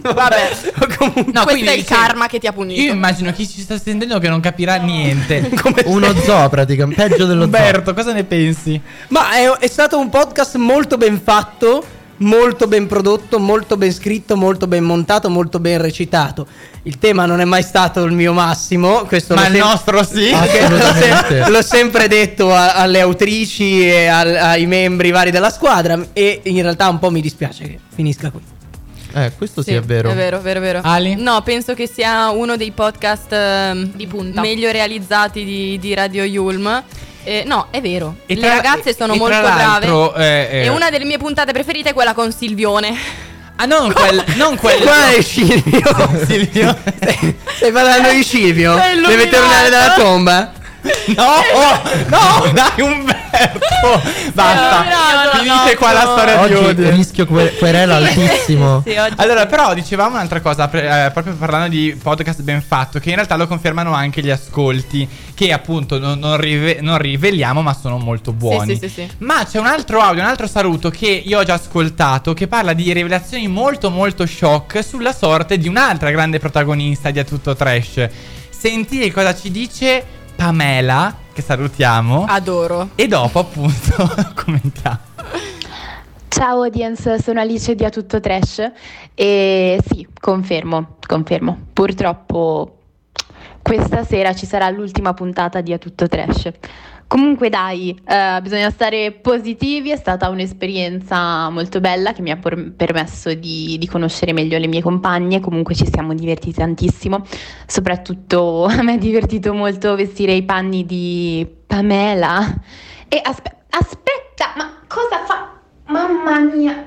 Vabbè, comunque, no, questo è il dicevo, karma che ti ha punito. Io immagino chi ci sta sentendo che non capirà niente. Uno zoo praticamente, peggio dello Umberto, cosa ne pensi? Ma è, è stato un podcast molto ben fatto, molto ben prodotto, molto ben scritto, molto ben montato, molto ben recitato. Il tema non è mai stato il mio massimo, questo Ma l'ho il sem- nostro sì. l'ho, sem- l'ho sempre detto a- alle autrici e al- ai membri vari della squadra, e in realtà un po' mi dispiace che finisca qui. Eh, questo sì, Sì, è vero. È vero, vero, vero. Ali? No, penso che sia uno dei podcast ehm, Di punta. meglio realizzati di, di Radio Yulm. Eh, no, è vero. E Le tra- ragazze sono e molto tra l'altro, brave. eh, eh, E una delle mie puntate preferite è quella con Silvione. Ah, non quel, non quel. Qua è Silvio. Silvio. Stai parlando di Silvio? È illuminato. Deve tornare dalla tomba? No, no, dai Umberto. Basta. No, no, Finisce no, qua la no. storia di Oggi Odie. rischio que- querela altissimo. Sì, oggi Allora, però dicevamo un'altra cosa, pre- eh, proprio parlando di podcast ben fatto, che in realtà lo confermano anche gli ascolti, che appunto non, non, rive- non riveliamo, ma sono molto buoni. Sì, sì, sì, sì. Ma c'è un altro audio, un altro saluto che io ho già ascoltato, che parla di rivelazioni molto molto shock sulla sorte di un'altra grande protagonista di A Tutto Trash. Sentite cosa ci dice Pamela, che salutiamo, adoro. e dopo appunto commentiamo. Ciao audience, sono Alice di A Tutto Trash e sì, confermo, confermo. Purtroppo questa sera ci sarà l'ultima puntata di A Tutto Trash. Comunque dai, eh, bisogna stare positivi, è stata un'esperienza molto bella che mi ha por- permesso di, di conoscere meglio le mie compagne, comunque ci siamo divertiti tantissimo, soprattutto a me è divertito molto vestire i panni di Pamela. E aspe- aspetta, ma cosa fa? Mamma mia!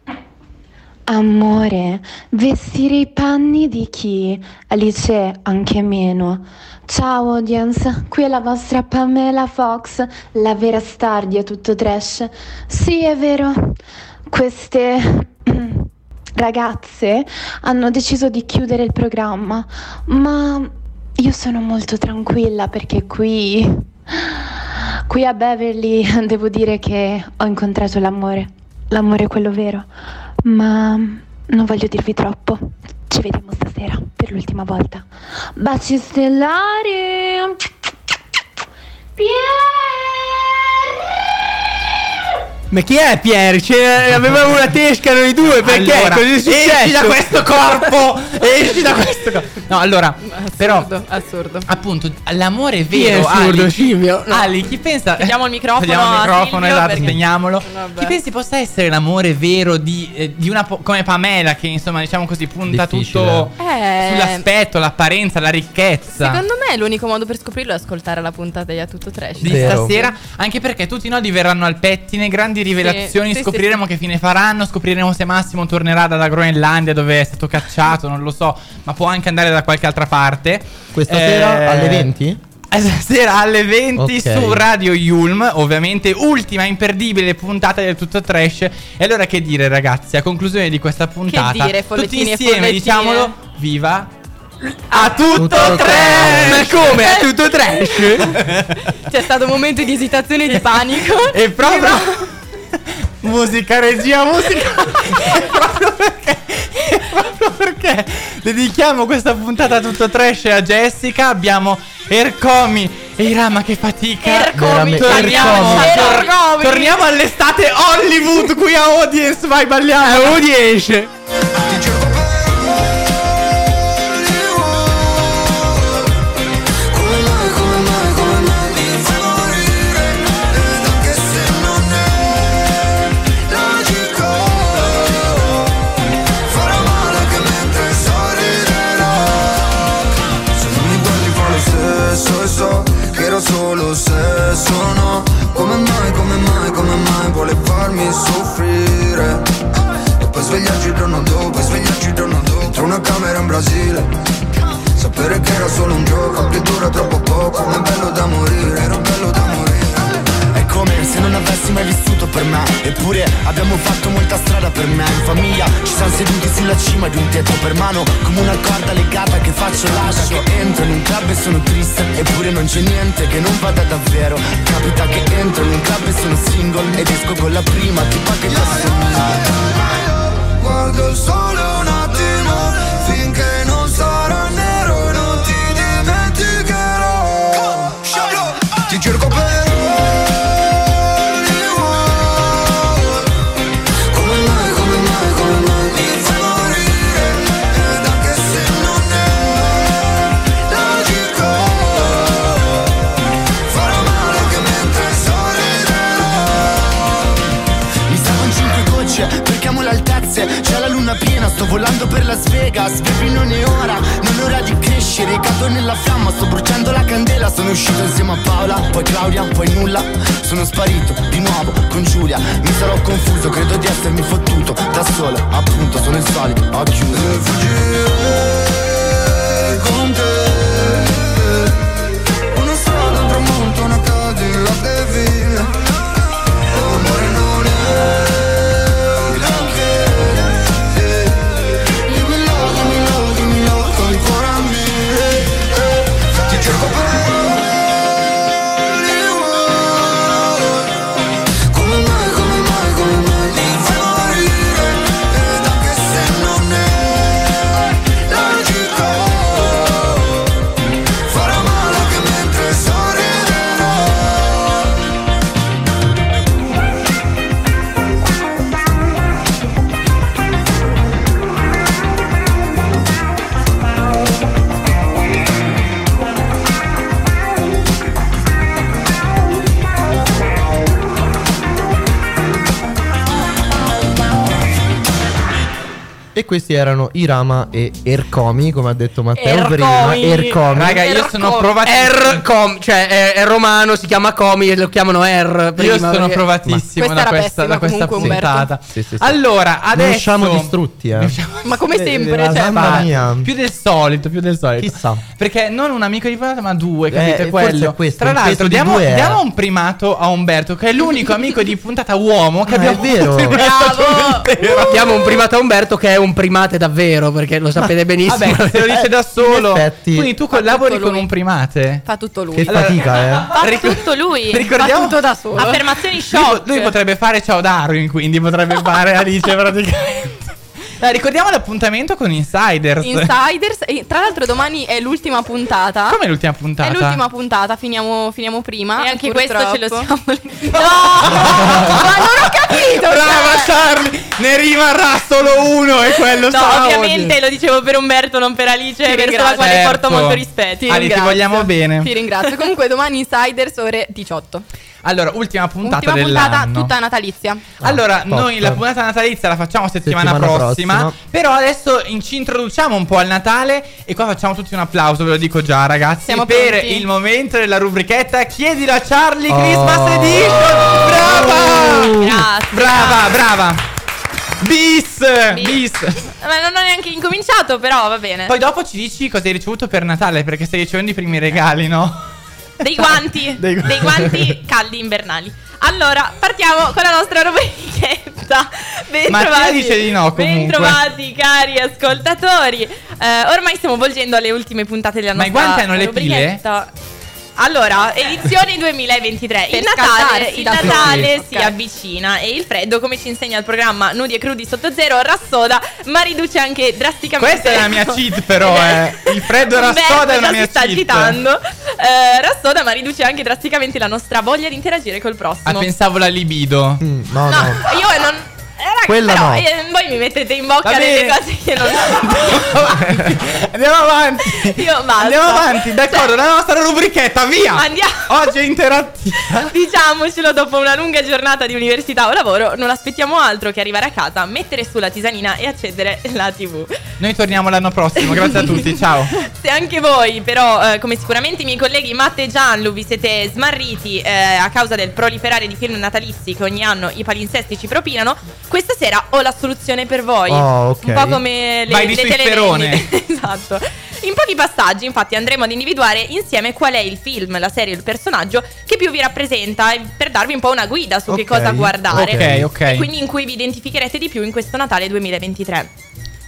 Amore, vestire i panni di chi? Alice, anche meno. Ciao audience, qui è la vostra Pamela Fox, la vera star di A Tutto Trash. Sì, è vero, queste ragazze hanno deciso di chiudere il programma, ma io sono molto tranquilla perché qui, qui a Beverly devo dire che ho incontrato l'amore, l'amore quello vero, ma non voglio dirvi troppo. Ci vediamo stasera per l'ultima volta. Baci stellari. Ma chi è Pier? Cioè, avevamo una tesca noi due, perché? Allora, Cosa è successo? esci da questo corpo. Esci da questo corpo. No, allora, Assurdo, però assurdo. appunto, l'amore Chi è vero, assurdo, Ali, Silvio? No. Ali, chi pensa? Togliamo il microfono Togliamo il a microfono, Silvio, esatto, perché- spegniamolo. Vabbè. Chi pensi possa essere l'amore vero di, eh, di una po- come Pamela, che insomma, diciamo così, punta Difficile. tutto Eh, sull'aspetto, l'apparenza, la ricchezza. Secondo me l'unico modo per scoprirlo è ascoltare la puntata di A Tutto Trash. Di Vero. stasera, anche perché tutti i nodi verranno al pettine, grandi rivelazioni, sì, sì, scopriremo che fine faranno, scopriremo se Massimo tornerà dalla Groenlandia dove è stato cacciato, non lo so, ma può anche andare da qualche altra parte. Questa Eh, sera alle venti? Stasera alle venti Ok. su Radio Yulm, ovviamente ultima imperdibile puntata del Tutto Trash. E allora che dire ragazzi, a conclusione di questa puntata, dire, tutti follettini e insieme follettine. diciamolo, viva A Tutto, Tutto Trash! Trash! Ma come? È tutto trash? C'è stato un momento di esitazione e di panico. E proprio musica, regia, musica. E proprio perché e proprio perché dedichiamo questa puntata a Tutto Trash e a Jessica, abbiamo Ercomi e Irama, che fatica. Ercomi, torniamo, Ercomi. tor- Ercomi. torniamo all'estate Hollywood qui a Audience, vai balliamo. Audience. Come mai, come mai, come mai mi fai morire? Ed anche se non è logico, farà male anche mentre sorriderò. Se non mi guardi fa lo stesso e so che era solo sesso, no. Come mai, come mai, come mai vuole farmi soffrire? E poi svegliarci il giorno dopo, e svegliarci il giorno dopo dentro una camera in Brasile. Sapere che era solo un gioco, che dura troppo poco, ma è bello da morire, era bello da morire. È come se non avessi mai vissuto per me, eppure abbiamo fatto molta strada per me. In famiglia ci siamo seduti sulla cima di un tetto per mano, come una corda legata che faccio lascia. Che entro in un club e sono triste, eppure non c'è niente che non vada davvero. Capita che entro in un club e sono single ed esco con la prima tipa che ti assomiglia. Guardo il sole un attimo finché non sarà nero e non ti dimenticherò. Ti cerco per c'è la luna piena, sto volando per Las Vegas. Baby non è ora, non è ora di crescere. Cado nella fiamma, sto bruciando la candela. Sono uscito insieme a Paola, poi Claudia, poi nulla. Sono sparito di nuovo con Giulia. Mi sarò confuso, credo di essermi fottuto. Da solo, appunto, sono il solito, ho chiuso. E fuggire con te. Una strada, un tramonto, una Cadillac de Ville. L'amore non è cerco per come mai, come mai, come mai mi fai morire, ed anche se non è logico farò male anche mentre sorriderò. E questi erano Irama e Ercomi, come ha detto Matteo Ercomi. prima. Ercomi. Raga, io sono provatissimo. Ercom, cioè è, è romano, si chiama Comi e lo chiamano Er. Io sono provatissimo Ma da questa era questa, da pessima, questa comunque, puntata. Sì, sì, sì. Allora, Ne adesso usciamo distrutti, eh. Ma come sempre, Eh, cioè, mamma mia. più del solito, più del solito. Chissà. Perché non un amico di puntata, ma due, capite Eh, quello? forse è questo, Tra il peso l'altro, di diamo, due è- diamo un primato a Umberto, che è l'unico amico di puntata uomo che Ah, abbiamo è vero. Bravo! Abbiamo un primato a Umberto che è un primate davvero, perché lo sapete benissimo. Vabbè, se lo dice da solo. In effetti. Quindi tu collabori tutto con lui. un primate. fa tutto lui. Che fatica, eh. Fa Ricor- tutto lui. ricordiamo- Fa tutto da solo. Affermazioni Lui, shock. lui potrebbe fare Ciao Darwin, quindi potrebbe fare Alice praticamente. Dai, ricordiamo l'appuntamento con Insiders. Insiders. E tra l'altro domani è l'ultima puntata. Come l'ultima puntata? È l'ultima puntata, finiamo, finiamo prima. E anche purtroppo. questo ce lo siamo. No! Ma non ho capito! Brava cioè. Charlie, ne rimarrà solo uno e quello No, sarà ovviamente oggi. lo dicevo per Umberto, non per Alice, Ti verso la ringrazio. quale Certo. porto molto rispetto. Ti Ali, ti ringrazio. vogliamo bene. Ti ringrazio. Comunque domani Insiders ore diciotto. Allora, ultima puntata Ultima puntata dell'anno. tutta natalizia. Allora, top. noi la puntata natalizia la facciamo settimana, Settimana prossima, prossima. però adesso in- ci introduciamo un po' al Natale e qua facciamo tutti un applauso, ve lo dico già ragazzi, Siamo per pronti? il momento della rubrichetta Chiedilo a Charlie Oh. Christmas Edition. Brava! Grazie. Brava, brava. Bis, Bis. bis. Ma non ho neanche incominciato, però va bene. Poi dopo ci dici cosa hai ricevuto per Natale, perché stai ricevendo i primi regali, no? Dei guanti, Dei gu- dei guanti caldi invernali. Allora, partiamo con la nostra rubrichetta. Bentrovati. Mattia dice di no, comunque. Bentrovati cari ascoltatori. Eh, ormai stiamo volgendo alle ultime puntate della Ma i nostra guanti hanno le rubrichetta. Allora, edizione duemilaventitré. Per Il Natale, scaldarsi il da Natale soli. si Ok. avvicina e il freddo, come ci insegna il programma Nudi e Crudi sotto zero, rassoda, ma riduce anche drasticamente. Questa è la mia cheat però, eh. Il freddo Umberto rassoda è la già mia si sta cheat. agitando. Eh, rassoda, ma riduce anche drasticamente la nostra voglia di interagire col prossimo. Ah, pensavo la libido. Mm, no, No, no. io non. Eh, raga, Quella però, no. eh, voi mi mettete in bocca Va delle bene. cose che non. Andiamo avanti. Io basta. Andiamo avanti, d'accordo, la nostra rubrichetta, via. Andiamo. Oggi è interattiva. Diciamocelo, dopo una lunga giornata di università o lavoro, non aspettiamo altro che arrivare a casa, mettere su la tisanina e accendere la tivù. Noi torniamo l'anno prossimo, grazie a tutti, ciao. Se anche voi, però, eh, come sicuramente i miei colleghi Matte e Gianlu, vi siete smarriti eh, a causa del proliferare di film natalizi che ogni anno i palinsesti ci propinano, questa sera ho la soluzione per voi. Oh, ok. Un po' come le, Vai di le Swifferone. televendite. Esatto. In pochi passaggi, infatti, andremo ad individuare insieme qual è il film, la serie, il personaggio che più vi rappresenta, e per darvi un po' una guida su che Ok, cosa guardare. ok, ok. E quindi in cui vi identificherete di più in questo Natale duemilaventitré.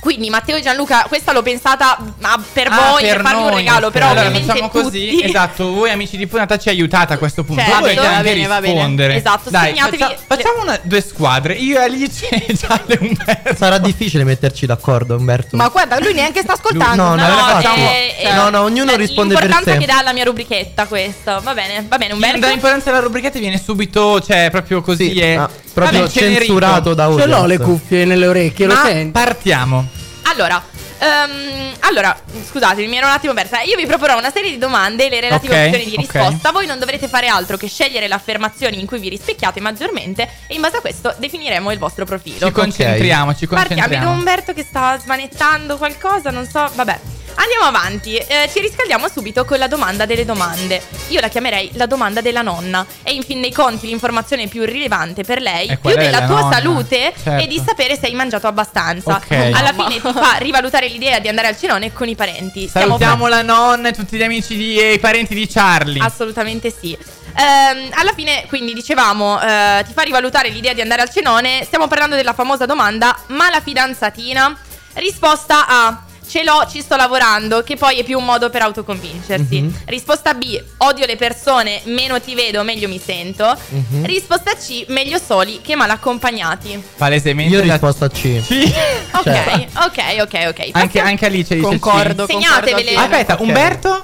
Quindi Matteo e Gianluca, questa l'ho pensata ma per Ah, voi, per per farvi noi. un regalo, però Allora ovviamente facciamo così, tutti. esatto, voi amici di puntata ci aiutate a questo punto. Certo. Voi dovete Va anche bene, va bene. rispondere. Esatto, Dai, segnatevi faccia- facciamo una, due squadre, io e Alice e Gianlu e Umberto. Sarà difficile metterci d'accordo, Umberto. Ma guarda, lui neanche sta ascoltando. No, no, No, facciamo- eh, eh, no, no, ognuno la- risponde per l'importanza sé. che dà alla mia rubrichetta questo. Va bene, va bene, Non Umberto. dà importanza alla rubrichetta, viene subito, cioè proprio così. Sì, è ah, proprio Vabbè, Cenerito. censurato da Ce audience. l'ho le cuffie nelle orecchie, lo Ma senti? partiamo. Allora, ehm, allora, scusatemi, mi ero un attimo persa. Io vi proporrò una serie di domande e le relative Ok, opzioni di ok. risposta. Voi non dovrete fare altro che scegliere le affermazioni in cui vi rispecchiate maggiormente e in base a questo definiremo il vostro profilo. Ci concentriamo, ci Partiamo, vedo concentriamo. Umberto che sta smanettando qualcosa, non so, vabbè. Andiamo avanti, eh, ci riscaldiamo subito con la domanda delle domande. Io la chiamerei la domanda della nonna. È in fin dei conti l'informazione più rilevante per lei, È più quella della della tua nonna, salute certo. e di sapere se hai mangiato abbastanza. Ok. Alla Mamma. fine ti fa rivalutare l'idea di andare al cenone con i parenti. Stiamo Salutiamo la nonna e tutti gli amici di, e i parenti di Charlie. Assolutamente sì. Ehm, alla fine, quindi dicevamo, eh, ti fa rivalutare l'idea di andare al cenone. Stiamo parlando della famosa domanda: ma la fidanzatina? Risposta A: ce l'ho, ci sto lavorando, che poi è più un modo per autoconvincersi. Mhm. Risposta B: odio le persone, meno ti vedo, meglio mi sento. Mhm. Risposta C: meglio soli che mal accompagnati. Palesemente Io ho la- risposto a C. Sì. Ok, Cioè. ok, ok, ok. Anche, Passiamo- anche Alice dice Concordo, sì. Segnatevele. concordo. Aspetta, Ok. Umberto?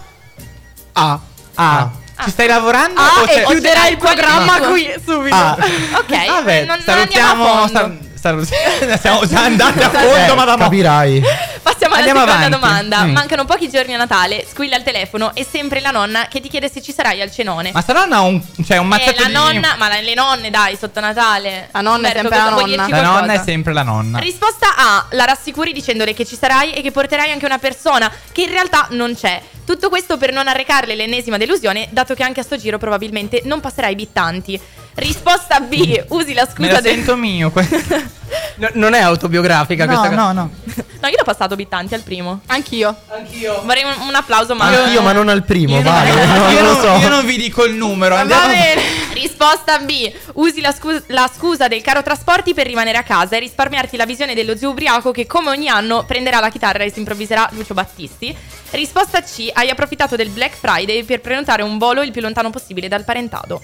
Ah. Ah. Ci stai lavorando? Ah, o e c'è- chiuderai il quale programma dico? qui subito. Ah. Ok, Vabbè, non, non salutiamo. andiamo a fondo. sal- salu- siamo già andati a fondo, Eh, madama. capirai. Passiamo alla Andiamo seconda avanti. domanda. Mm. Mancano pochi giorni a Natale, squilla il telefono e sempre la nonna che ti chiede se ci sarai al cenone. Ma sta nonna ha un, cioè un Eh, mazzetto la di... nonna, ma la- le nonne dai, sotto Natale. La nonna è Umberto, sempre la cosa- vuoi nonna. dirci La qualcosa? nonna è sempre la nonna. Risposta A: la rassicuri dicendole che ci sarai e che porterai anche una persona che in realtà non c'è. Tutto questo per non arrecarle l'ennesima delusione, dato che anche a sto giro probabilmente non passerai bittanti. Risposta B: usi la Me scusa la del... sento mio. que- No, non è autobiografica no, questa cosa. no, no. No, io l'ho passato bittanti al primo. Anch'io. Anch'io. Vorrei un, un applauso, ma... Anch'io, ma non al primo, Io, vai. non, no, io non lo non- so. io non vi dico il numero. Va Andiamo bene. Risposta B: usi la, scus- la scusa del caro trasporti per rimanere a casa e risparmiarti la visione dello zio ubriaco che come ogni anno prenderà la chitarra e si improvviserà Lucio Battisti. Risposta C: hai approfittato del Black Friday per prenotare un volo il più lontano possibile dal parentado.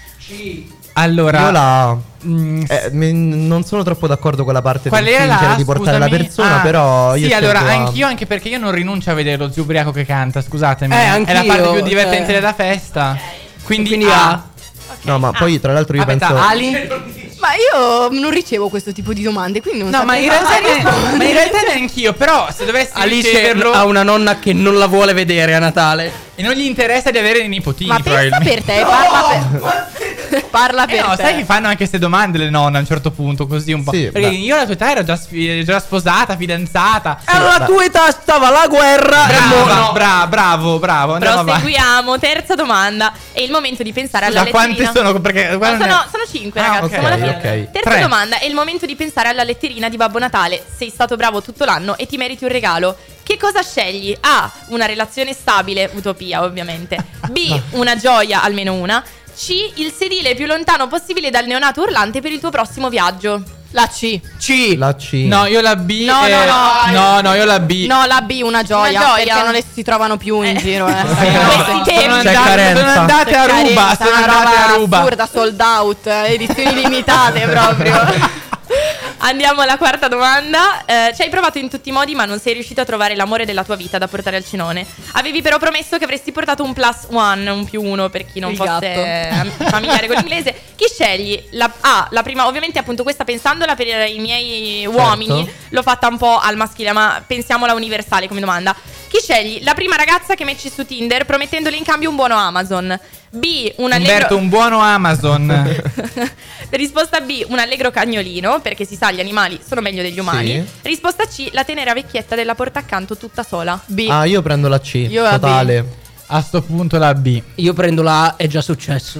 Allora, Io la. mm, eh, mi- non sono troppo d'accordo con la parte qual del era fingere la di portare la scusami? persona, Ah, però io sì, allora scelgo A. anch'io, anche perché io non rinuncio a vedere lo zio ubriaco che canta. Scusatemi, Eh, è la anch'io, parte più divertente eh. della festa. Quindi, Quindi A. A. No, ma poi tra l'altro io Aspetta, penso. Ali? Ma io non ricevo questo tipo di domande, quindi non No, ma saprei in realtà, cosa rispondere. ne- ma in realtà neanch'io. Però se dovessi Alice riceverlo ha una nonna che non la vuole vedere a Natale. e non gli interessa di avere dei nipotini, Ma pensa probabilmente. per te, parla per, parla Eh per no, te. sai che fanno anche queste domande le nonne a un certo punto, così un po'. Sì, Perché beh. io alla tua età ero già, sfi- già sposata, fidanzata. Alla beh. tua età stava la guerra. e mo- Brava, no. bra- bravo, bravo. Andiamo avanti. Proseguiamo, terza domanda. È il momento di pensare alla Da quante letterina. sono? Perché No, guarda- sono, sono cinque, Ah, ragazzi. ok, siamo alla fine. ok. Terza Tre. domanda. È il momento di pensare alla letterina di Babbo Natale. Sei stato bravo tutto l'anno e ti meriti un regalo. Che cosa scegli? A. Una relazione stabile, utopia ovviamente. B. Una gioia, almeno una. C. Il sedile più lontano possibile dal neonato urlante per il tuo prossimo viaggio. La C. C. La C. No, io la B. No, eh, no, no. No, no, io la B. No, la B, una gioia, Una gioia. perché non le si trovano più in Eh. giro, eh. Sì, no, Questi sono tempi. andate- C'è carenza. sono andate a ruba, Carenza, sono una andate a roba ruba. assurda, sold out, eh, edizioni limitate proprio. Andiamo alla quarta domanda. Eh, ci hai provato in tutti i modi, ma non sei riuscito a trovare l'amore della tua vita da portare al cenone. Avevi però promesso che avresti portato un plus one, un più uno per chi non Il fosse eh, familiare con l'inglese. Chi scegli? La, ah, la prima, ovviamente, appunto, questa pensandola per i miei uomini, l'ho fatta un po' al maschile, ma pensiamola universale come domanda. Chi scegli? La prima ragazza che matchi su Tinder promettendole in cambio un buono Amazon. B. Un Umberto, allegro. un buono Amazon. Risposta B. Un allegro cagnolino, perché si sa, gli animali sono meglio degli umani. Sì. Risposta C. La tenera vecchietta della porta accanto tutta sola. B. Ah, io prendo la C. Io la B. totale. A sto punto la B. Io prendo la A, è già successo.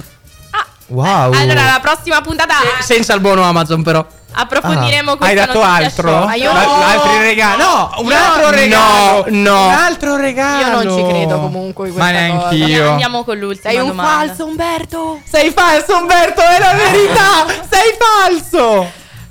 Wow. Allora, la prossima puntata Senza il buono Amazon, però. approfondiremo Ah. questa Hai dato notizia altro? shock. Ma io La- no. altri regali? No, un Io- altro regalo. No, no. Un altro regalo. Io non ci credo comunque in Ma questa cosa. neanch'io. Andiamo con l'ultima Sei un domanda. falso, Umberto. Sei falso, Umberto, è la verità. Sei falso.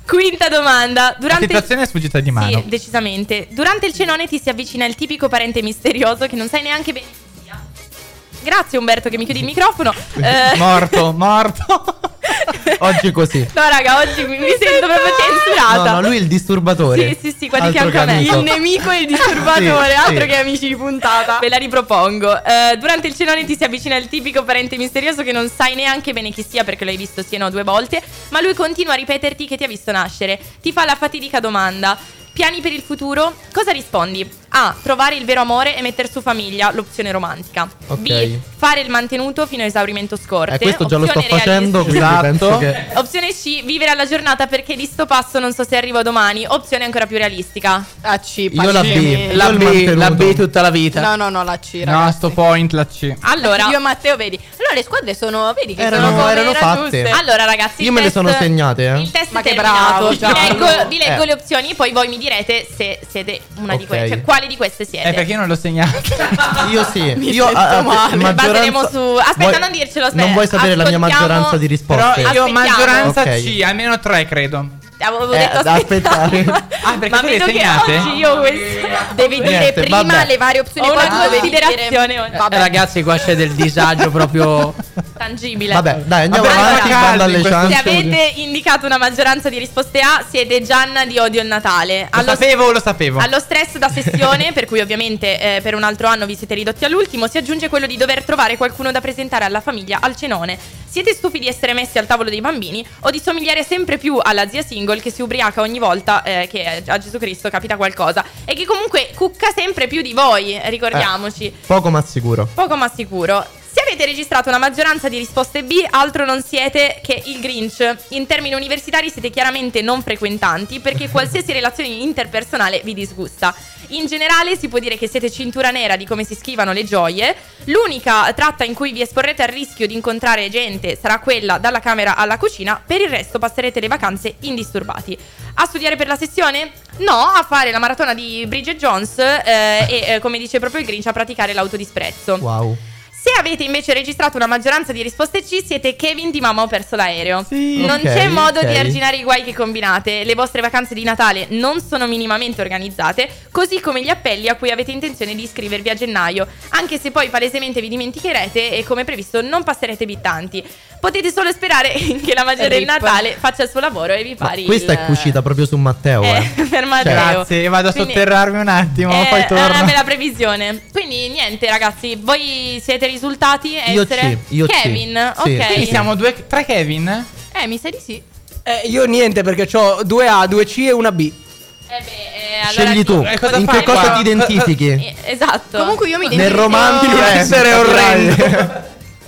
Quinta domanda. La Durante situazione è sfuggita di mano. Sì, decisamente. Durante il cenone ti si avvicina il tipico parente misterioso che non sai neanche bene chi sia. Grazie Umberto che mi chiudi il microfono. Eh, Morto, morto. Oggi così. No raga, oggi mi, mi sento proprio censurata. No, no, lui è il disturbatore. Sì, sì, sì, qua di Altro fianco a me. che amico. Il nemico e il disturbatore, Sì, altro sì. che amici di puntata. Ve la ripropongo. Eh, durante il cenone ti si avvicina il tipico parente misterioso che non sai neanche bene chi sia perché l'hai visto sì o no due volte, ma lui continua a ripeterti che ti ha visto nascere. Ti fa la fatidica domanda: piani per il futuro? Cosa rispondi? A. Trovare il vero amore e metter su famiglia, l'opzione romantica. Ok. B. Fare il mantenuto fino a esaurimento scorte. Eh, questo già lo sto opzione facendo, quindi Esatto. penso che... Opzione C. Vivere alla giornata perché di sto passo non so se arrivo domani. Opzione ancora più realistica. La C. Io la B. Pacini. La Io il B, mantenuto. la B tutta la vita. No, no, no, la C. No, ragazzi. sto point la C. Allora, Io e Matteo, vedi. Allora le squadre sono, vedi che Erano- sono come erano era fatte. giuste. allora ragazzi, Io il me le test- sono segnate, eh. Il test Ma è che terminato. bravo, Vi Gianni. leggo, vi leggo Eh. le opzioni, poi voi mi direte se siete una di Ok. queste, cioè quale di queste siete. Eh, perché io non l'ho segnato. Io sì. Mi Io sento a- a- male. Baseremo maggioranza... su Aspetta, Vuoi- non dircelo, aspetta. Non vuoi sapere la mia Ascoltiamo- maggioranza di Però risposte? io Aspettiamo. maggioranza Ok. C, almeno tre credo. Avevo Eh, detto da aspettare. Ah, perché Ma tu le vedo che segnate? oggi io questo Devi dire Niente, prima vabbè. le varie opzioni ho poi una tu dovevi considerazione dire. oggi. Vabbè. Eh, ragazzi, qua c'è del disagio proprio. tangibile. Vabbè, dai, andiamo Vabbè, avanti. caldi Banda alle in questo Se ciance. avete indicato una maggioranza di risposte A, siete Gianna di Odio il Natale. Lo sapevo, lo sapevo. Allo stress da sessione, per cui ovviamente eh, per un altro anno vi siete ridotti all'ultimo, si aggiunge quello di dover trovare qualcuno da presentare alla famiglia al cenone. Siete stufi di essere messi al tavolo dei bambini o di somigliare sempre più alla zia single che si ubriaca ogni volta eh, che a Gesù Cristo capita qualcosa e che comunque cucca sempre più di voi, ricordiamoci. Poco ma sicuro. Poco ma sicuro. Se avete registrato una maggioranza di risposte B, altro non siete che il Grinch. In termini universitari siete chiaramente non frequentanti perché qualsiasi relazione interpersonale vi disgusta. In generale si può dire che siete cintura nera di come si schivano le gioie. L'unica tratta in cui vi esporrete al rischio di incontrare gente sarà quella dalla camera alla cucina. Per il resto passerete le vacanze indisturbati. A studiare per la sessione? No, a fare la maratona di Bridget Jones eh, e eh, come dice proprio il Grinch a praticare l'autodisprezzo. Wow. Se avete invece registrato una maggioranza di risposte C, siete Kevin di Mamma ho perso l'aereo. Sì. Non Ok, c'è modo ok. di arginare i guai che combinate. Le vostre vacanze di Natale non sono minimamente organizzate, così come gli appelli a cui avete intenzione di iscrivervi a gennaio, anche se poi palesemente vi dimenticherete e come previsto non passerete bittanti. Potete solo sperare che la magia del Rip. Natale faccia il suo lavoro e vi Ma pari questa il- è cucita proprio su Matteo, eh. eh, per Matteo. Grazie, vado a Quindi- sotterrarmi un attimo, eh, poi È torno. una bella previsione. Quindi niente ragazzi, voi siete risultati Io essere sì, io sì. Kevin, Sì. ok. Quindi siamo due, tre Kevin? Eh, mi sa di sì. Eh, io niente perché ho due A, due C e una B. Eh beh, eh, allora Scegli tu. Eh, cosa In fai che cosa qua? ti identifichi? Eh, esatto. Comunque io mi Nel identifico romantico Deve eh, essere capirai. orrendo.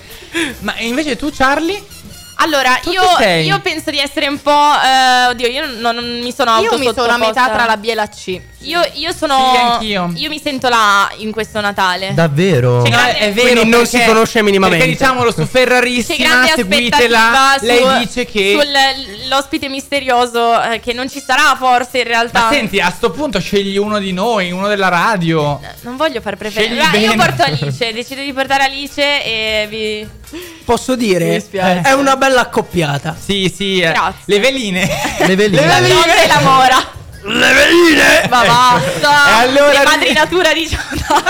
Ma invece tu, Charlie? Allora, Tu io, chi sei? io penso di essere un po'. eh, oddio, io non, non mi sono Io mi sono a metà autosottoposta. tra la B e la C. Io, io sono. Sì, anch'io. Io mi sento la A in questo Natale. Davvero? C'è No, grande- è vero, Quindi non perché- si conosce minimamente. Perché diciamolo su C'è Ferrarissima, grande seguitela. aspettativa Lei su- dice che sull'ospite misterioso eh, che non ci sarà forse in realtà. Ma senti, a sto punto scegli uno di noi, uno della radio. Non voglio far preferire. Scegli Io bene. porto Alice, decido di portare Alice e vi. Posso Mi dire? dispiace. È una bella accoppiata. Sì, sì, eh, Grazie. le veline. Le veline. La notte e la mora. Le veline! Ma basta. E allora- Le madri natura diciamo.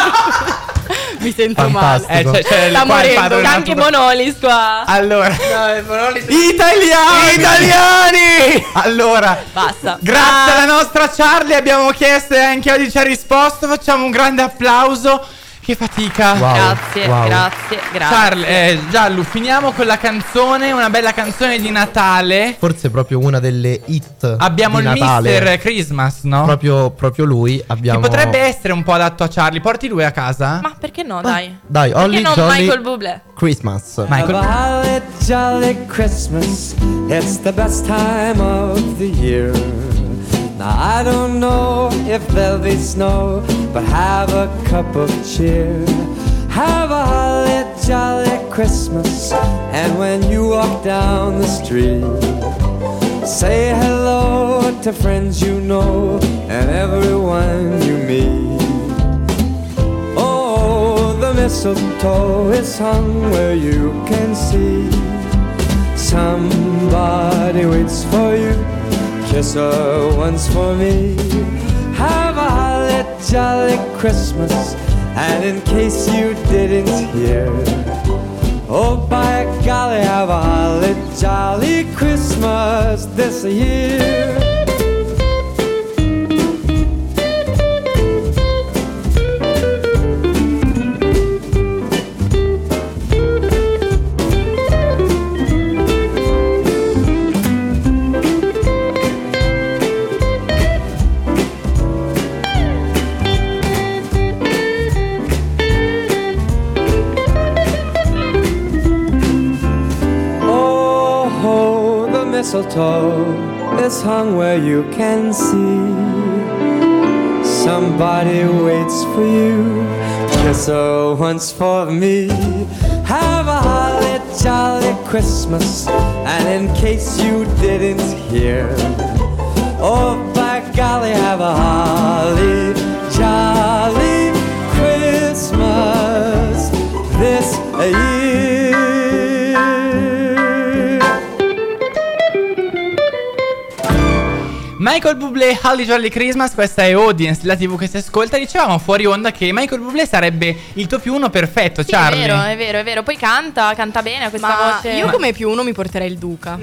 Mi sento Fantastico. male. Eh, c'è, c'è Sta qua il morendo. padre Anche natura- Bonolis qua. Allora, Italiani! Italiani! allora, Basta. grazie alla nostra Charlie abbiamo chiesto e anche oggi ci ha risposto. Facciamo un grande applauso. Che fatica. Wow. Grazie, wow. grazie, grazie. Charlie, eh, Giallo, finiamo con la canzone, una bella canzone di Natale. Forse proprio una delle hit Abbiamo di il Natale. mister Christmas, no? Proprio, proprio lui. Che Abbiamo... potrebbe essere un po' adatto a Charlie. Porti lui a casa? Ma perché no, dai? Dai, Perché Holly non Jolly Michael Bublé? Christmas. Michael. Holly jolly Christmas, it's the best time of the year. Now I don't know if there'll be snow, but have a cup of cheer. Have a holly jolly Christmas, and when you walk down the street, say hello to friends you know and everyone you meet. Oh, the mistletoe is hung where you can see. Somebody waits for you kiss her once for me. Have a holly jolly Christmas. And in case you didn't hear, oh by golly, have a holly jolly Christmas this year. Mistletoe is hung where you can see. Somebody waits for you. Kiss her once for me. Have a holly jolly Christmas. And in case you didn't hear, oh by golly, have a holly jolly Christmas this year. Michael Bublé, Holly Jolly Christmas, questa è Audience, la tivù che si ascolta. Dicevamo fuori onda che Michael Bublé sarebbe il tuo più uno perfetto, sì, Charlie. È vero, è vero, è vero. Poi canta, canta bene a questa Ma voce. io come più uno mi porterei il Duca.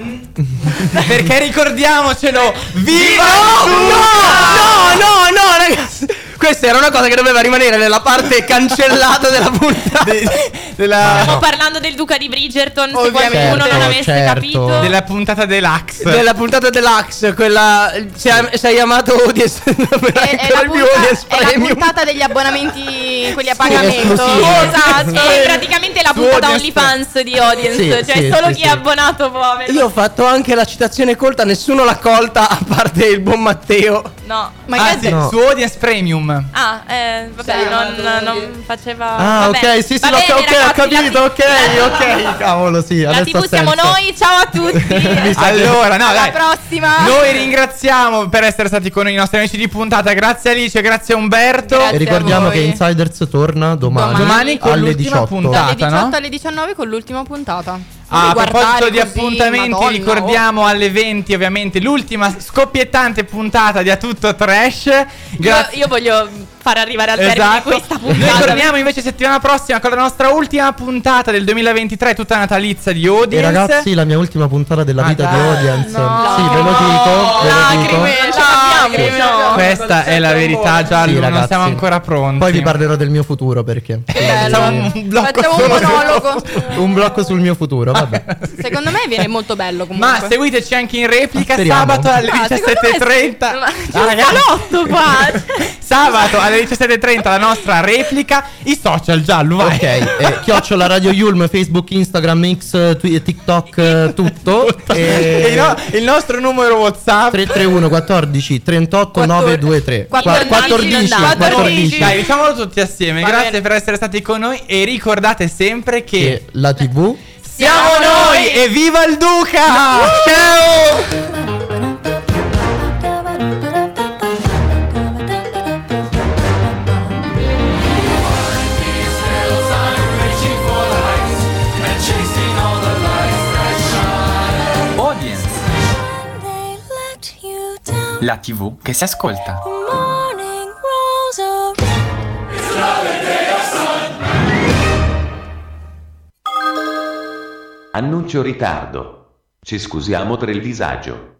Perché ricordiamocelo, viva No, il Duca! no, no, no, ragazzi. Questa era una cosa che doveva rimanere nella parte cancellata della puntata. della... Stiamo parlando del Duca di Bridgerton, se Ovviamente. qualcuno non Certo, avesse certo. capito. della puntata deluxe. Della puntata deluxe, quella sei, sei amato Audience È, è, la, il mio punta- Audience è la Premium. puntata degli abbonamenti, quelli a pagamento. esclusivi. Esatto, è praticamente la Su puntata Audience. OnlyFans di Audience. Sì, Cioè sì, solo sì, chi sì. è abbonato può avere. Io ho fatto anche la citazione colta, nessuno l'ha colta a parte il buon Matteo. No. Ma Ah, che sì, no. su Audience Premium. Ah, eh, vabbè, Sì, non, ma- non faceva. Ah, vabbè. ok, sì, sì, Va l'ho- bene, ok, ho ragazzi, capito, la- ok, ok. Cavolo, sì, La adesso tivù ha siamo senso. noi, ciao a tutti. Allora, no, Alla dai. prossima. Noi ringraziamo per essere stati con i nostri amici di puntata. Grazie Alice, grazie a Umberto. Grazie E ricordiamo a che voi. Insiders torna domani, Domani con alle l'ultima diciotto. puntata. Dalle diciotto no? alle diciannove con l'ultima puntata. Ah, a Guardare proposito di così, appuntamenti, Madonna, ricordiamo alle venti ovviamente l'ultima scoppiettante puntata di A Tutto Trash. Io, Grazie. io voglio far arrivare al termine Esatto. questa Noi puntata. torniamo invece settimana prossima con la nostra ultima puntata del duemilaventitré, tutta natalizia di E Audience. ragazzi, la mia ultima puntata della Ma vita dai, di Audience. no. Sì, ve lo dico, ve lo dico. Lacrime, lacrime, no. Questa è la verità, Giallo, Sì, non ragazzi. siamo ancora pronti. Poi vi parlerò del mio futuro perché Facciamo un blocco Facciamo un solo- monologo. un blocco sul mio futuro, vabbè. Secondo me viene molto bello comunque. Ma seguiteci anche in replica Speriamo. sabato alle Ah, secondo diciassette e me trenta. Ma c'è Ah, un ragazzi. salotto qua. Sabato alle diciassette e trenta la nostra replica. I social, Giallo, vai. Ok, eh, chiocciola Radio Yulm, Facebook, Instagram, X, twi- TikTok, eh, tutto. E E no- il nostro numero WhatsApp. tre tre uno quattordici trentotto novecentoventitré. quattordici, quattordici, quattordici. quattordici. Dai, diciamolo tutti assieme. Va Grazie bene. per essere stati con noi. E ricordate sempre che E la tivù siamo noi e viva il Duca! Ciao! Audience, la tivù che si ascolta. Annuncio ritardo. Ci scusiamo per il disagio.